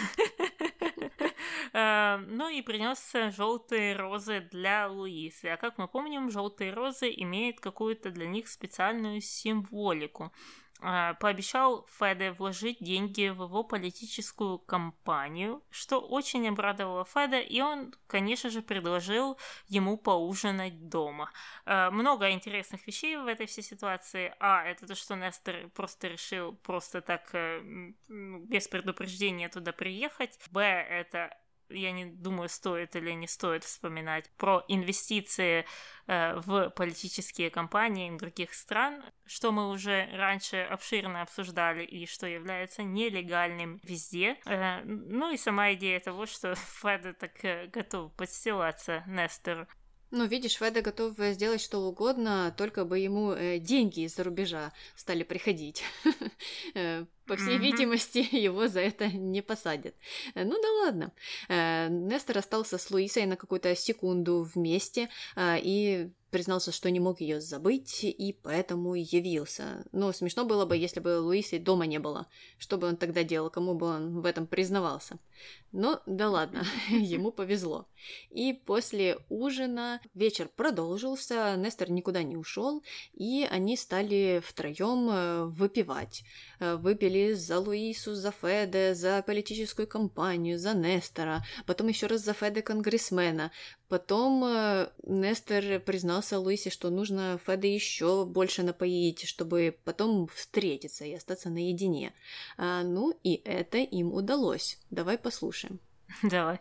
И принес желтые розы для Луисы. А как мы помним, желтые розы имеют какую-то для них специальную символику. Пообещал Феде вложить деньги в его политическую кампанию, что очень обрадовало Феде, и он, конечно же, предложил ему поужинать дома. Много интересных вещей в этой всей ситуации. Это то, что Нестор просто решил просто так без предупреждения туда приехать. Это... Я не думаю, стоит или не стоит вспоминать про инвестиции в политические кампании других стран, что мы уже раньше обширно обсуждали и что является нелегальным везде. И сама идея того, что Феде так готов подстилаться Нестору. Видишь, Феде готов сделать что угодно, только бы ему деньги из-за рубежа стали приходить. По всей видимости, его за это не посадят. Да ладно. Нестор остался с Луисой на какую-то секунду вместе и признался, что не мог ее забыть, и поэтому явился. Смешно было бы, если бы Луисы дома не было. Что бы он тогда делал, кому бы он в этом признавался? Да ладно, ему повезло. И после ужина вечер продолжился, Нестор никуда не ушел, и они стали втроем выпивать. Выпили за Луису, за Феде, за политическую кампанию, за Нестора, потом еще раз за Феде конгрессмена. Потом Нестор признался Луисе, что нужно Феде еще больше напоить, чтобы потом встретиться и остаться наедине. И это им удалось. Давай послушаем. Давай.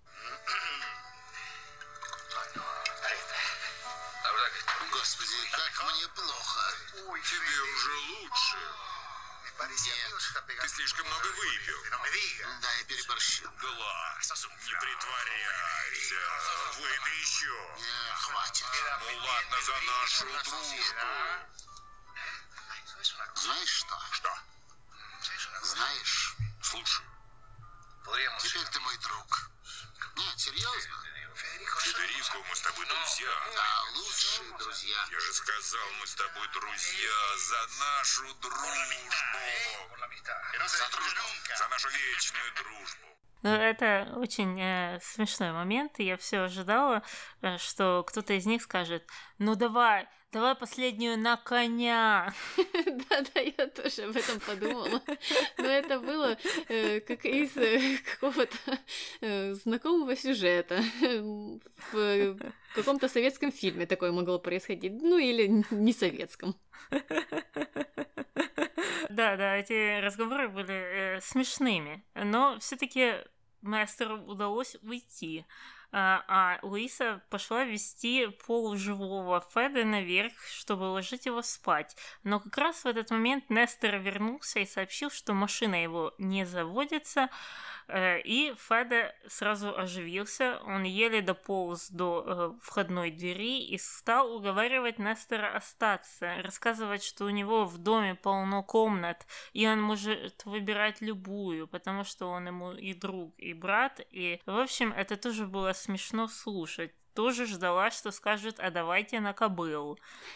Господи, как мне плохо. Тебе уже лучше. Нет, ты слишком много выпил. Да, я переборщил. Да ладно, не притворяйся. Выпей еще. Нет, хватит. Ладно, за нашу дружбу. Знаешь что? Что? Знаешь, слушай, теперь ты мой друг. Нет, серьезно? Федерико, мы с тобой друзья. Да, лучшие друзья. Я же сказал, мы с тобой друзья за нашу дружбу. За дружбу. За нашу вечную дружбу. Это очень смешной момент, и я все ожидала, что кто-то из них скажет: давай последнюю на коня. Да, я тоже об этом подумала. Но это было как из какого-то знакомого сюжета. В каком-то советском фильме такое могло происходить. Или не советском. Да, эти разговоры были смешными, но все-таки Нестору удалось уйти. а Луиса пошла вести полуживого Феде наверх, чтобы уложить его спать. Но как раз в этот момент Нестор вернулся и сообщил, что машина его не заводится, и Феде сразу оживился. Он еле дополз до входной двери и стал уговаривать Нестора остаться, рассказывать, что у него в доме полно комнат, и он может выбирать любую, потому что он ему и друг, и брат, и, в общем, это тоже было смешно слушать. Тоже ждала, что скажет: а давайте на кобылу.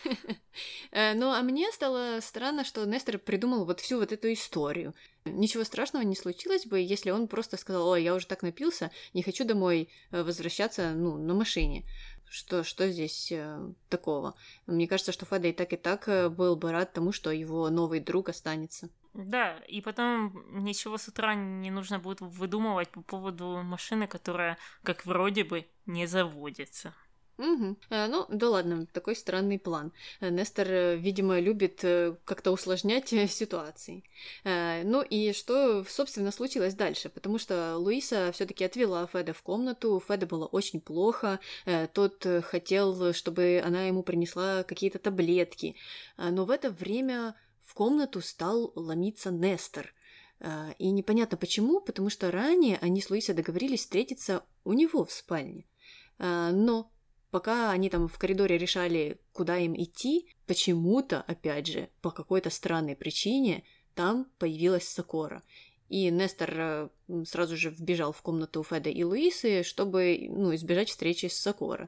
Ну, а мне стало странно, что Нестор придумал вот всю вот эту историю. Ничего страшного не случилось бы, если он просто сказал: ой, я уже так напился, не хочу домой возвращаться, на машине. Что здесь такого? Мне кажется, что Феде и так был бы рад тому, что его новый друг останется. Да, и потом ничего с утра не нужно будет выдумывать по поводу машины, которая, как вроде бы, не заводится. Угу. Ну, да ладно, такой странный план. Нестор, видимо, любит как-то усложнять ситуации. Ну и что, собственно, случилось дальше? Потому что Луиса все-таки отвела Феде в комнату, Феде было очень плохо, тот хотел, чтобы она ему принесла какие-то таблетки, но в это время в комнату стал ломиться Нестор. И непонятно почему, потому что ранее они с Луисой договорились встретиться у него в спальне. Но пока они там в коридоре решали, куда им идти, почему-то, опять же, по какой-то странной причине, там появилась Сокора. И Нестор сразу же вбежал в комнату Феде и Луисы, чтобы избежать встречи с Сокора.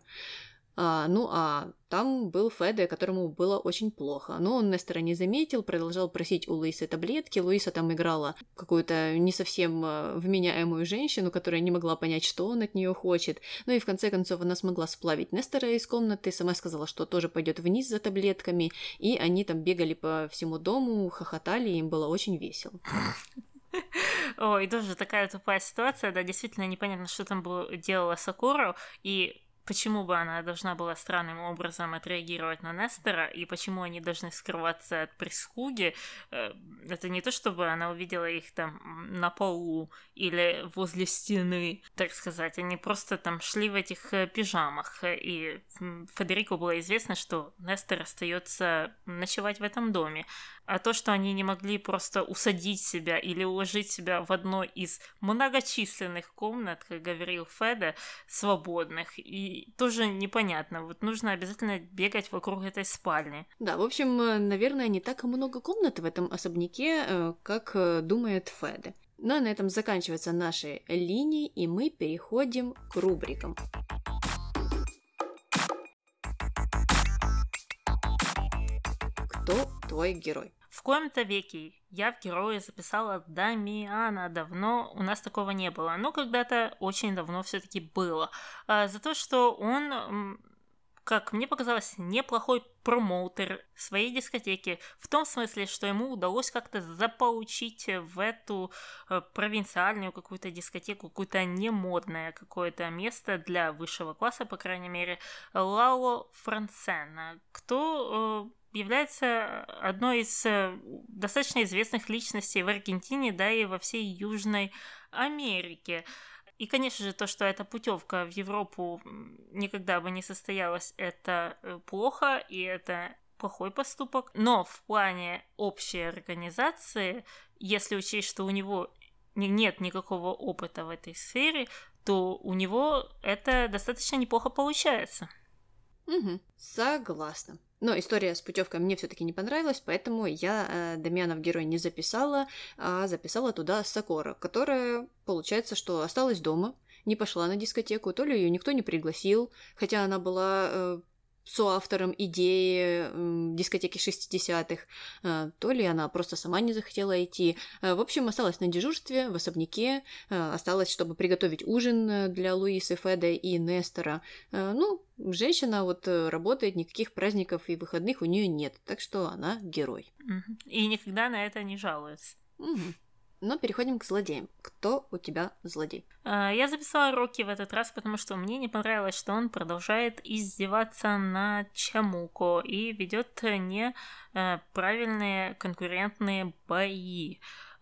А там был Феде, которому было очень плохо. Но он Нестора не заметил, продолжал просить у Луисы таблетки. Луиса там играла какую-то не совсем вменяемую женщину, которая не могла понять, что он от нее хочет. Ну и в конце концов она смогла сплавить Нестора из комнаты, сама сказала, что тоже пойдет вниз за таблетками. И они там бегали по всему дому, хохотали, им было очень весело. Ой, тоже такая тупая ситуация, да, действительно непонятно, что там делала Сокора, и почему бы она должна была странным образом отреагировать на Нестора, и почему они должны скрываться от прислуги. Это не то, чтобы она увидела их там на полу или возле стены, так сказать. Они просто там шли в этих пижамах. И Федерико было известно, что Нестор остается ночевать в этом доме. А то, что они не могли просто усадить себя или уложить себя в одной из многочисленных комнат, как говорил Феде, свободных, и тоже непонятно. Вот нужно обязательно бегать вокруг этой спальни. Да, в общем, наверное, не так много комнат в этом особняке, как думает Феде. Ну а на этом заканчиваются наши линии, и мы переходим к рубрикам. Кто твой герой? В коем-то веке я в герое записала Дамиана. Давно у нас такого не было. Но когда-то очень давно все-таки было. За то, что он, как мне показалось, неплохой промоутер своей дискотеки. В том смысле, что ему удалось как-то заполучить в эту провинциальную какую-то дискотеку, какое-то немодное какое-то место для высшего класса, по крайней мере, Лао Франсена. Кто является одной из достаточно известных личностей в Аргентине, да и во всей Южной Америке. И, конечно же, то, что эта путевка в Европу никогда бы не состоялась, это плохо, и это плохой поступок. Но в плане общей организации, если учесть, что у него нет никакого опыта в этой сфере, то у него это достаточно неплохо получается. Угу, согласна. Но история с путевкой мне все-таки не понравилась, поэтому я Дамиана в герой не записала, а записала туда Сокора, которая, получается, что осталась дома, не пошла на дискотеку, то ли ее никто не пригласил, хотя она была соавтором идеи дискотеки 60-х, то ли она просто сама не захотела идти. В общем, осталась на дежурстве в особняке, осталась, чтобы приготовить ужин для Луисы, Феде и Нестора. Женщина вот работает, никаких праздников и выходных у нее нет, так что она герой. И никогда на это не жалуется. Но переходим к злодеям. Кто у тебя злодей? Я записала Рокки в этот раз, потому что мне не понравилось, что он продолжает издеваться над Чамуко и ведет неправильные конкурентные бои.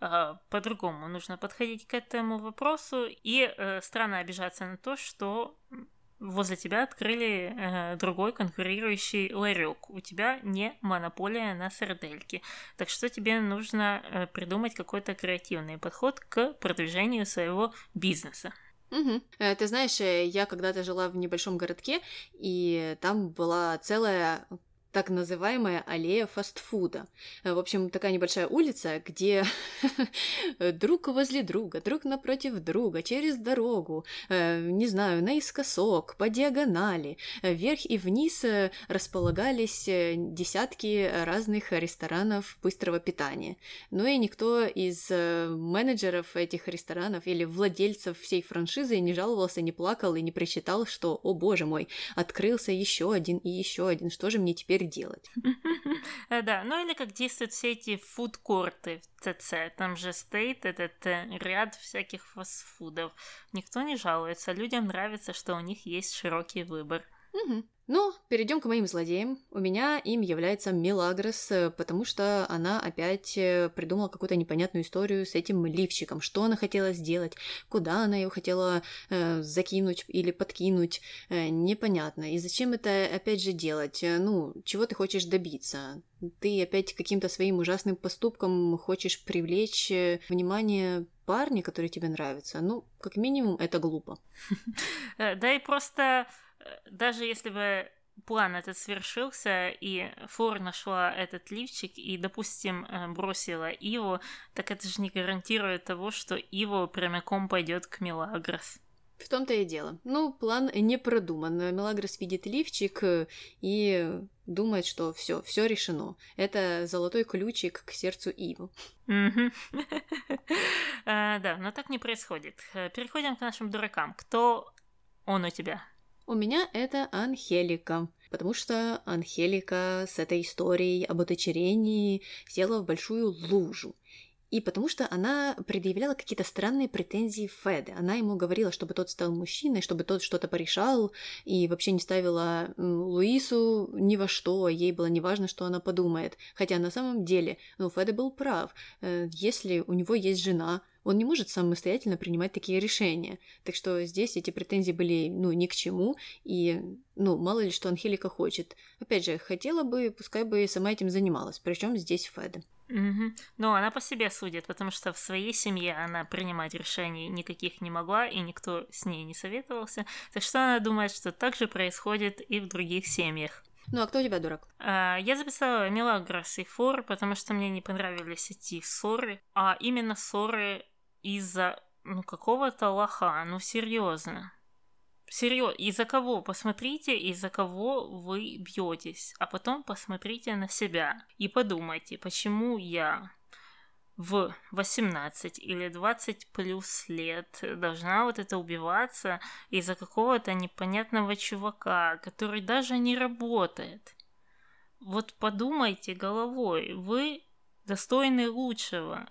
по-другому нужно подходить к этому вопросу, и странно обижаться на то, что возле тебя открыли другой конкурирующий ларек. У тебя не монополия на сардельки. Так что тебе нужно придумать какой-то креативный подход к продвижению своего бизнеса. Угу. Ты знаешь, я когда-то жила в небольшом городке, и там была целая так называемая аллея фастфуда. В общем, такая небольшая улица, где друг возле друга, друг напротив друга, через дорогу, не знаю, наискосок, по диагонали, вверх и вниз располагались десятки разных ресторанов быстрого питания. Ну и никто из менеджеров этих ресторанов или владельцев всей франшизы не жаловался, не плакал и не причитал, что, о боже мой, открылся еще один и еще один, что же мне теперь делать? Да, ну или как действуют все эти фудкорты в ТЦ. Там же стоит этот ряд всяких фастфудов. Никто не жалуется, людям нравится, что у них есть широкий выбор. Угу. Ну, перейдем к моим злодеям. У меня им является Мелагрос, потому что она опять придумала какую-то непонятную историю с этим лифчиком. Что она хотела сделать, куда она его хотела закинуть или подкинуть, непонятно. И зачем это опять же делать? Ну, чего ты хочешь добиться? Ты опять каким-то своим ужасным поступком хочешь привлечь внимание парня, который тебе нравится? Ну, как минимум, это глупо. Да и просто... Даже если бы план этот свершился, и Флор нашла этот лифчик и, допустим, бросила Иву, так это же не гарантирует того, что Ива прямиком пойдет к Мелагрос. В том-то и дело. Ну, план не продуман. Мелагрос видит лифчик и думает, что все решено. Это золотой ключик к сердцу Ивы. Да, но так не происходит. Переходим к нашим дуракам. Кто он у тебя? У меня это Анхелика, потому что Анхелика с этой историей об удочерении села в большую лужу. И потому что она предъявляла какие-то странные претензии Феде. Она ему говорила, чтобы тот стал мужчиной, чтобы тот что-то порешал, и вообще не ставила Луису ни во что, ей было неважно, что она подумает. Хотя на самом деле, Феде был прав. Если у него есть жена, он не может самостоятельно принимать такие решения. Так что здесь эти претензии были, ни к чему, и, мало ли что Анхелика хочет. Опять же, хотела бы, пускай бы сама этим занималась. Причем здесь Феде. Угу. Но она по себе судит, потому что в своей семье она принимать решений никаких не могла, и никто с ней не советовался. Так что она думает, что так же происходит и в других семьях. Ну, а кто у тебя дурак? Я записала Мелагрос и Флор, потому что мне не понравились эти ссоры. А именно ссоры из-за, какого-то лоха. Серьезно. Серьезно, из-за кого? Посмотрите, из-за кого вы бьетесь, а потом посмотрите на себя и подумайте, почему я в 18 или 20 плюс лет должна вот это убиваться из-за какого-то непонятного чувака, который даже не работает. Вот подумайте головой, вы достойны лучшего.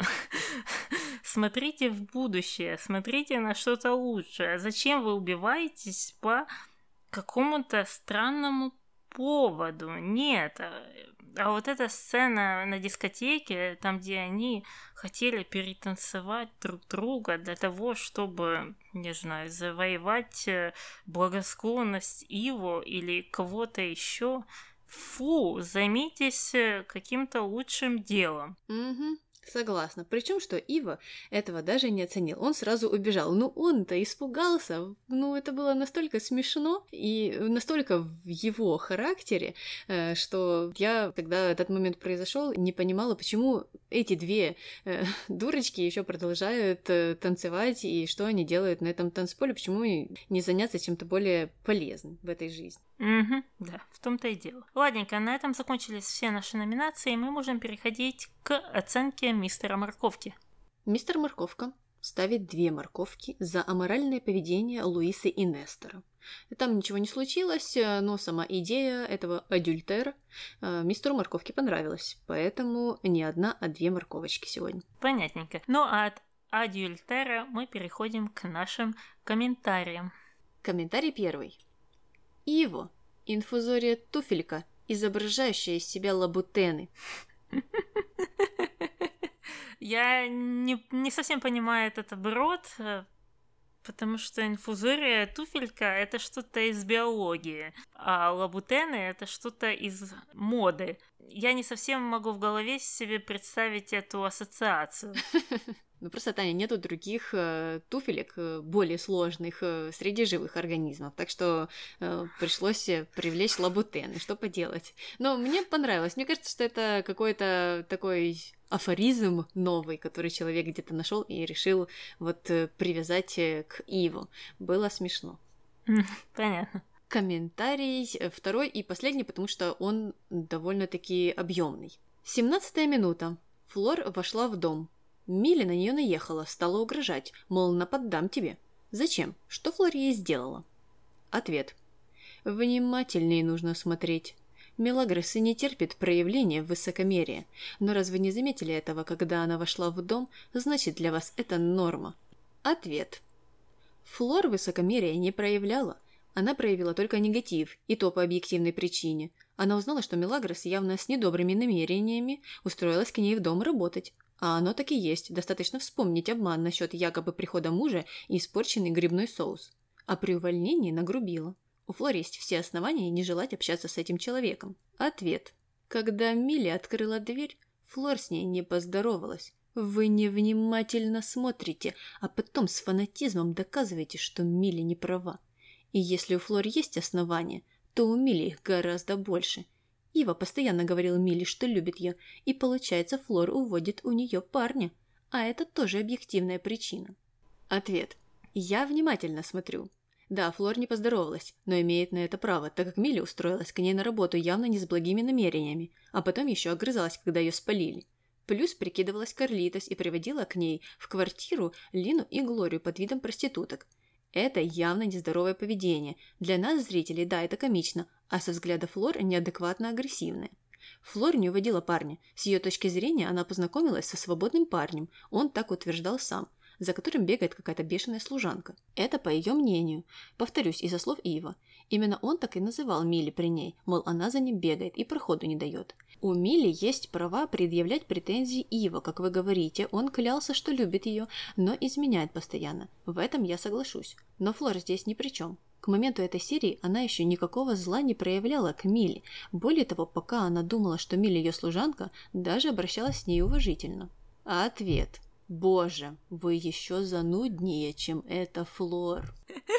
Смотрите в будущее, смотрите на что-то лучшее. Зачем вы убиваетесь по какому-то странному поводу? Нет. А вот эта сцена на дискотеке, там, где они хотели перетанцевать друг друга для того, чтобы, не знаю, завоевать благосклонность Иву или кого-то еще. Фу, займитесь каким-то лучшим делом. Угу. Согласна. Причем, что Ива этого даже не оценил. Он сразу убежал. Он-то испугался. Это было настолько смешно и настолько в его характере, что я, когда этот момент произошел, не понимала, почему эти две дурочки еще продолжают танцевать, и что они делают на этом танцполе, почему не заняться чем-то более полезным в этой жизни. Угу, да, в том-то и дело. Ладненько, на этом закончились все наши номинации, и мы можем переходить к оценке мистера Морковки. Мистер Морковка ставит 2 морковки за аморальное поведение Луисы и Нестора. Там ничего не случилось, но сама идея этого адюльтера мистеру Морковке понравилась, поэтому не 1, а 2 морковочки сегодня. Понятненько. Ну а от адюльтера мы переходим к нашим комментариям. Комментарий 1. Иво, инфузория туфелька, изображающая из себя лабутены. Я не совсем понимаю этот оборот, потому что инфузория туфелька — это что-то из биологии, а лабутены — это что-то из моды. Я не совсем могу в голове себе представить эту ассоциацию. Ну, просто, Таня, нету других туфелек более сложных среди живых организмов, так что пришлось привлечь лабутены, что поделать. Но мне понравилось, мне кажется, что это какой-то такой афоризм новый, который человек где-то нашел и решил вот привязать к Иву. Было смешно. Понятно. Комментарий второй и последний, потому что он довольно-таки объемный. 17-я минута. Флор вошла в дом. Милли на нее наехала, стала угрожать, мол, наподдам тебе. Зачем? Что Флор ей сделала? Ответ. Внимательнее нужно смотреть. Мелагрос не терпит проявления высокомерия. Но разве не заметили этого, когда она вошла в дом? Значит, для вас это норма. Ответ. Флор высокомерия не проявляла. Она проявила только негатив, и то по объективной причине. Она узнала, что Мелагрос явно с недобрыми намерениями устроилась к ней в дом работать. А оно так и есть, достаточно вспомнить обман насчет якобы прихода мужа и испорченный грибной соус. А при увольнении нагрубила. У Флор есть все основания не желать общаться с этим человеком. Ответ. Когда Милли открыла дверь, Флор с ней не поздоровалась. Вы невнимательно смотрите, а потом с фанатизмом доказываете, что Милли не права. И если у Флор есть основания, то у Милли их гораздо больше. Ива постоянно говорила Милли, что любит ее, и получается, Флор уводит у нее парня. А это тоже объективная причина. Ответ. Я внимательно смотрю. Да, Флор не поздоровалась, но имеет на это право, так как Милли устроилась к ней на работу явно не с благими намерениями, а потом еще огрызалась, когда ее спалили. Плюс прикидывалась Карлитос и приводила к ней в квартиру Лину и Глорию под видом проституток. Это явно нездоровое поведение. Для нас, зрителей, да, это комично, а со взгляда Флор неадекватно агрессивное. Флор не уводила парня. С ее точки зрения она познакомилась со свободным парнем, он так утверждал сам, за которым бегает какая-то бешеная служанка. Это по ее мнению. Повторюсь, из-за слов Ива. Именно он так и называл Милли при ней, мол, она за ним бегает и проходу не дает. У Милли есть права предъявлять претензии Ива, как вы говорите, он клялся, что любит ее, но изменяет постоянно. В этом я соглашусь. Но Флор здесь ни при чем. К моменту этой серии она еще никакого зла не проявляла к Милли. Более того, пока она думала, что Милли ее служанка, даже обращалась с ней уважительно. А ответ. Боже, вы еще зануднее, чем эта Флор.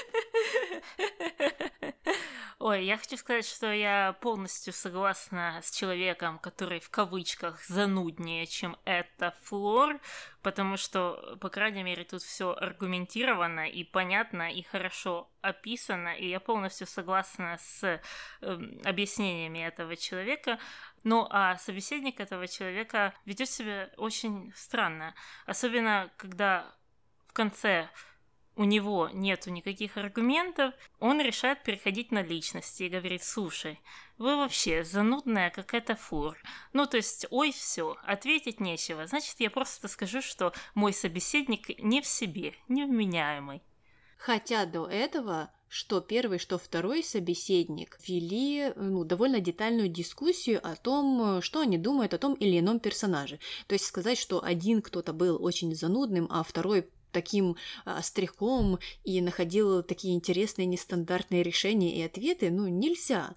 Ой, я хочу сказать, что я полностью согласна с человеком, который в кавычках зануднее, чем эта Флор, потому что, по крайней мере, тут все аргументировано и понятно, и хорошо описано, и я полностью согласна с объяснениями этого человека. Ну, а собеседник этого человека ведет себя очень странно, особенно когда в конце у него нету никаких аргументов, он решает переходить на личности и говорит: слушай, вы вообще занудная какая-то Флор. Ну, то есть, ой, все, ответить нечего. Значит, я просто скажу, что мой собеседник не в себе, невменяемый. Хотя до этого что первый, что второй собеседник вели довольно детальную дискуссию о том, что они думают о том или ином персонаже. То есть сказать, что один кто-то был очень занудным, а второй таким остряком и находил такие интересные нестандартные решения и ответы, нельзя.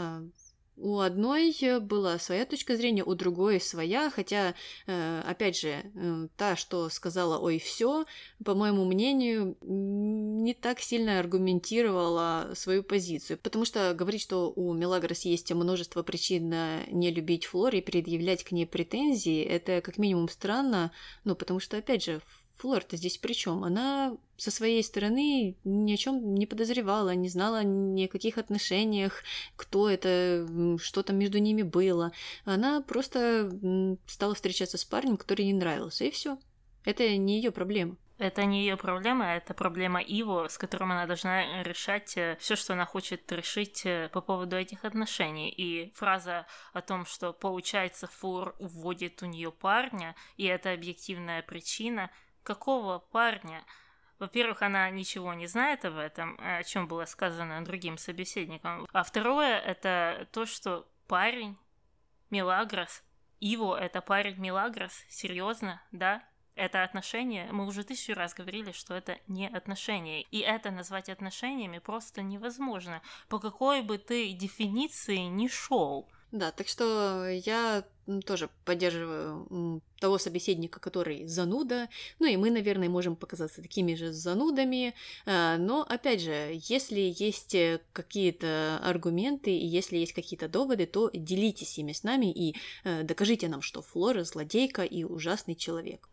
У одной была своя точка зрения, у другой своя, хотя, опять же, та, что сказала «ой, все», по моему мнению, не так сильно аргументировала свою позицию, потому что говорить, что у Мелагрос есть множество причин не любить Флор и предъявлять к ней претензии, это как минимум странно, потому что, опять же, Флор-то здесь при чем? Она со своей стороны ни о чем не подозревала, не знала ни о каких отношениях, кто это, что там между ними было. Она просто стала встречаться с парнем, который ей нравился, и все. Это не ее проблема. Это не ее проблема, это проблема Иво, с которым она должна решать все, что она хочет решить по поводу этих отношений. И фраза о том, что получается Флор уводит у нее парня, и это объективная причина. Какого парня? Во-первых, она ничего не знает об этом, о чем было сказано другим собеседникам. А второе, это то, что парень, Мелагрос, Иво — это парень Мелагрос? Серьезно? Да? Это отношения? Мы уже 1000 раз говорили, что это не отношения. И это назвать отношениями просто невозможно, по какой бы ты дефиниции ни шел. Да, так что я тоже поддерживаю того собеседника, который зануда, ну и мы, наверное, можем показаться такими же занудами, но, опять же, если есть какие-то аргументы и если есть какие-то доводы, то делитесь ими с нами и докажите нам, что Флора злодейка и ужасный человек.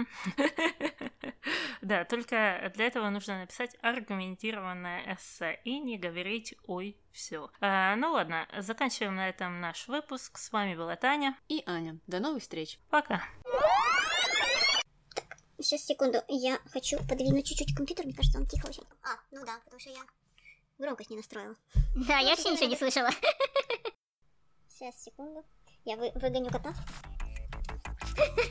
Да, только для этого нужно написать аргументированное эссе и не говорить «ой, все». Ну ладно, заканчиваем на этом наш выпуск. С вами была Таня и Аня. До новых встреч. Пока. Сейчас, секунду. Я хочу подвинуть чуть-чуть компьютер. Мне кажется, он тихо очень. Ну да, потому что я громкость не настроила. Да, я вообще ничего не слышала. Сейчас, секунду. Я выгоню кота.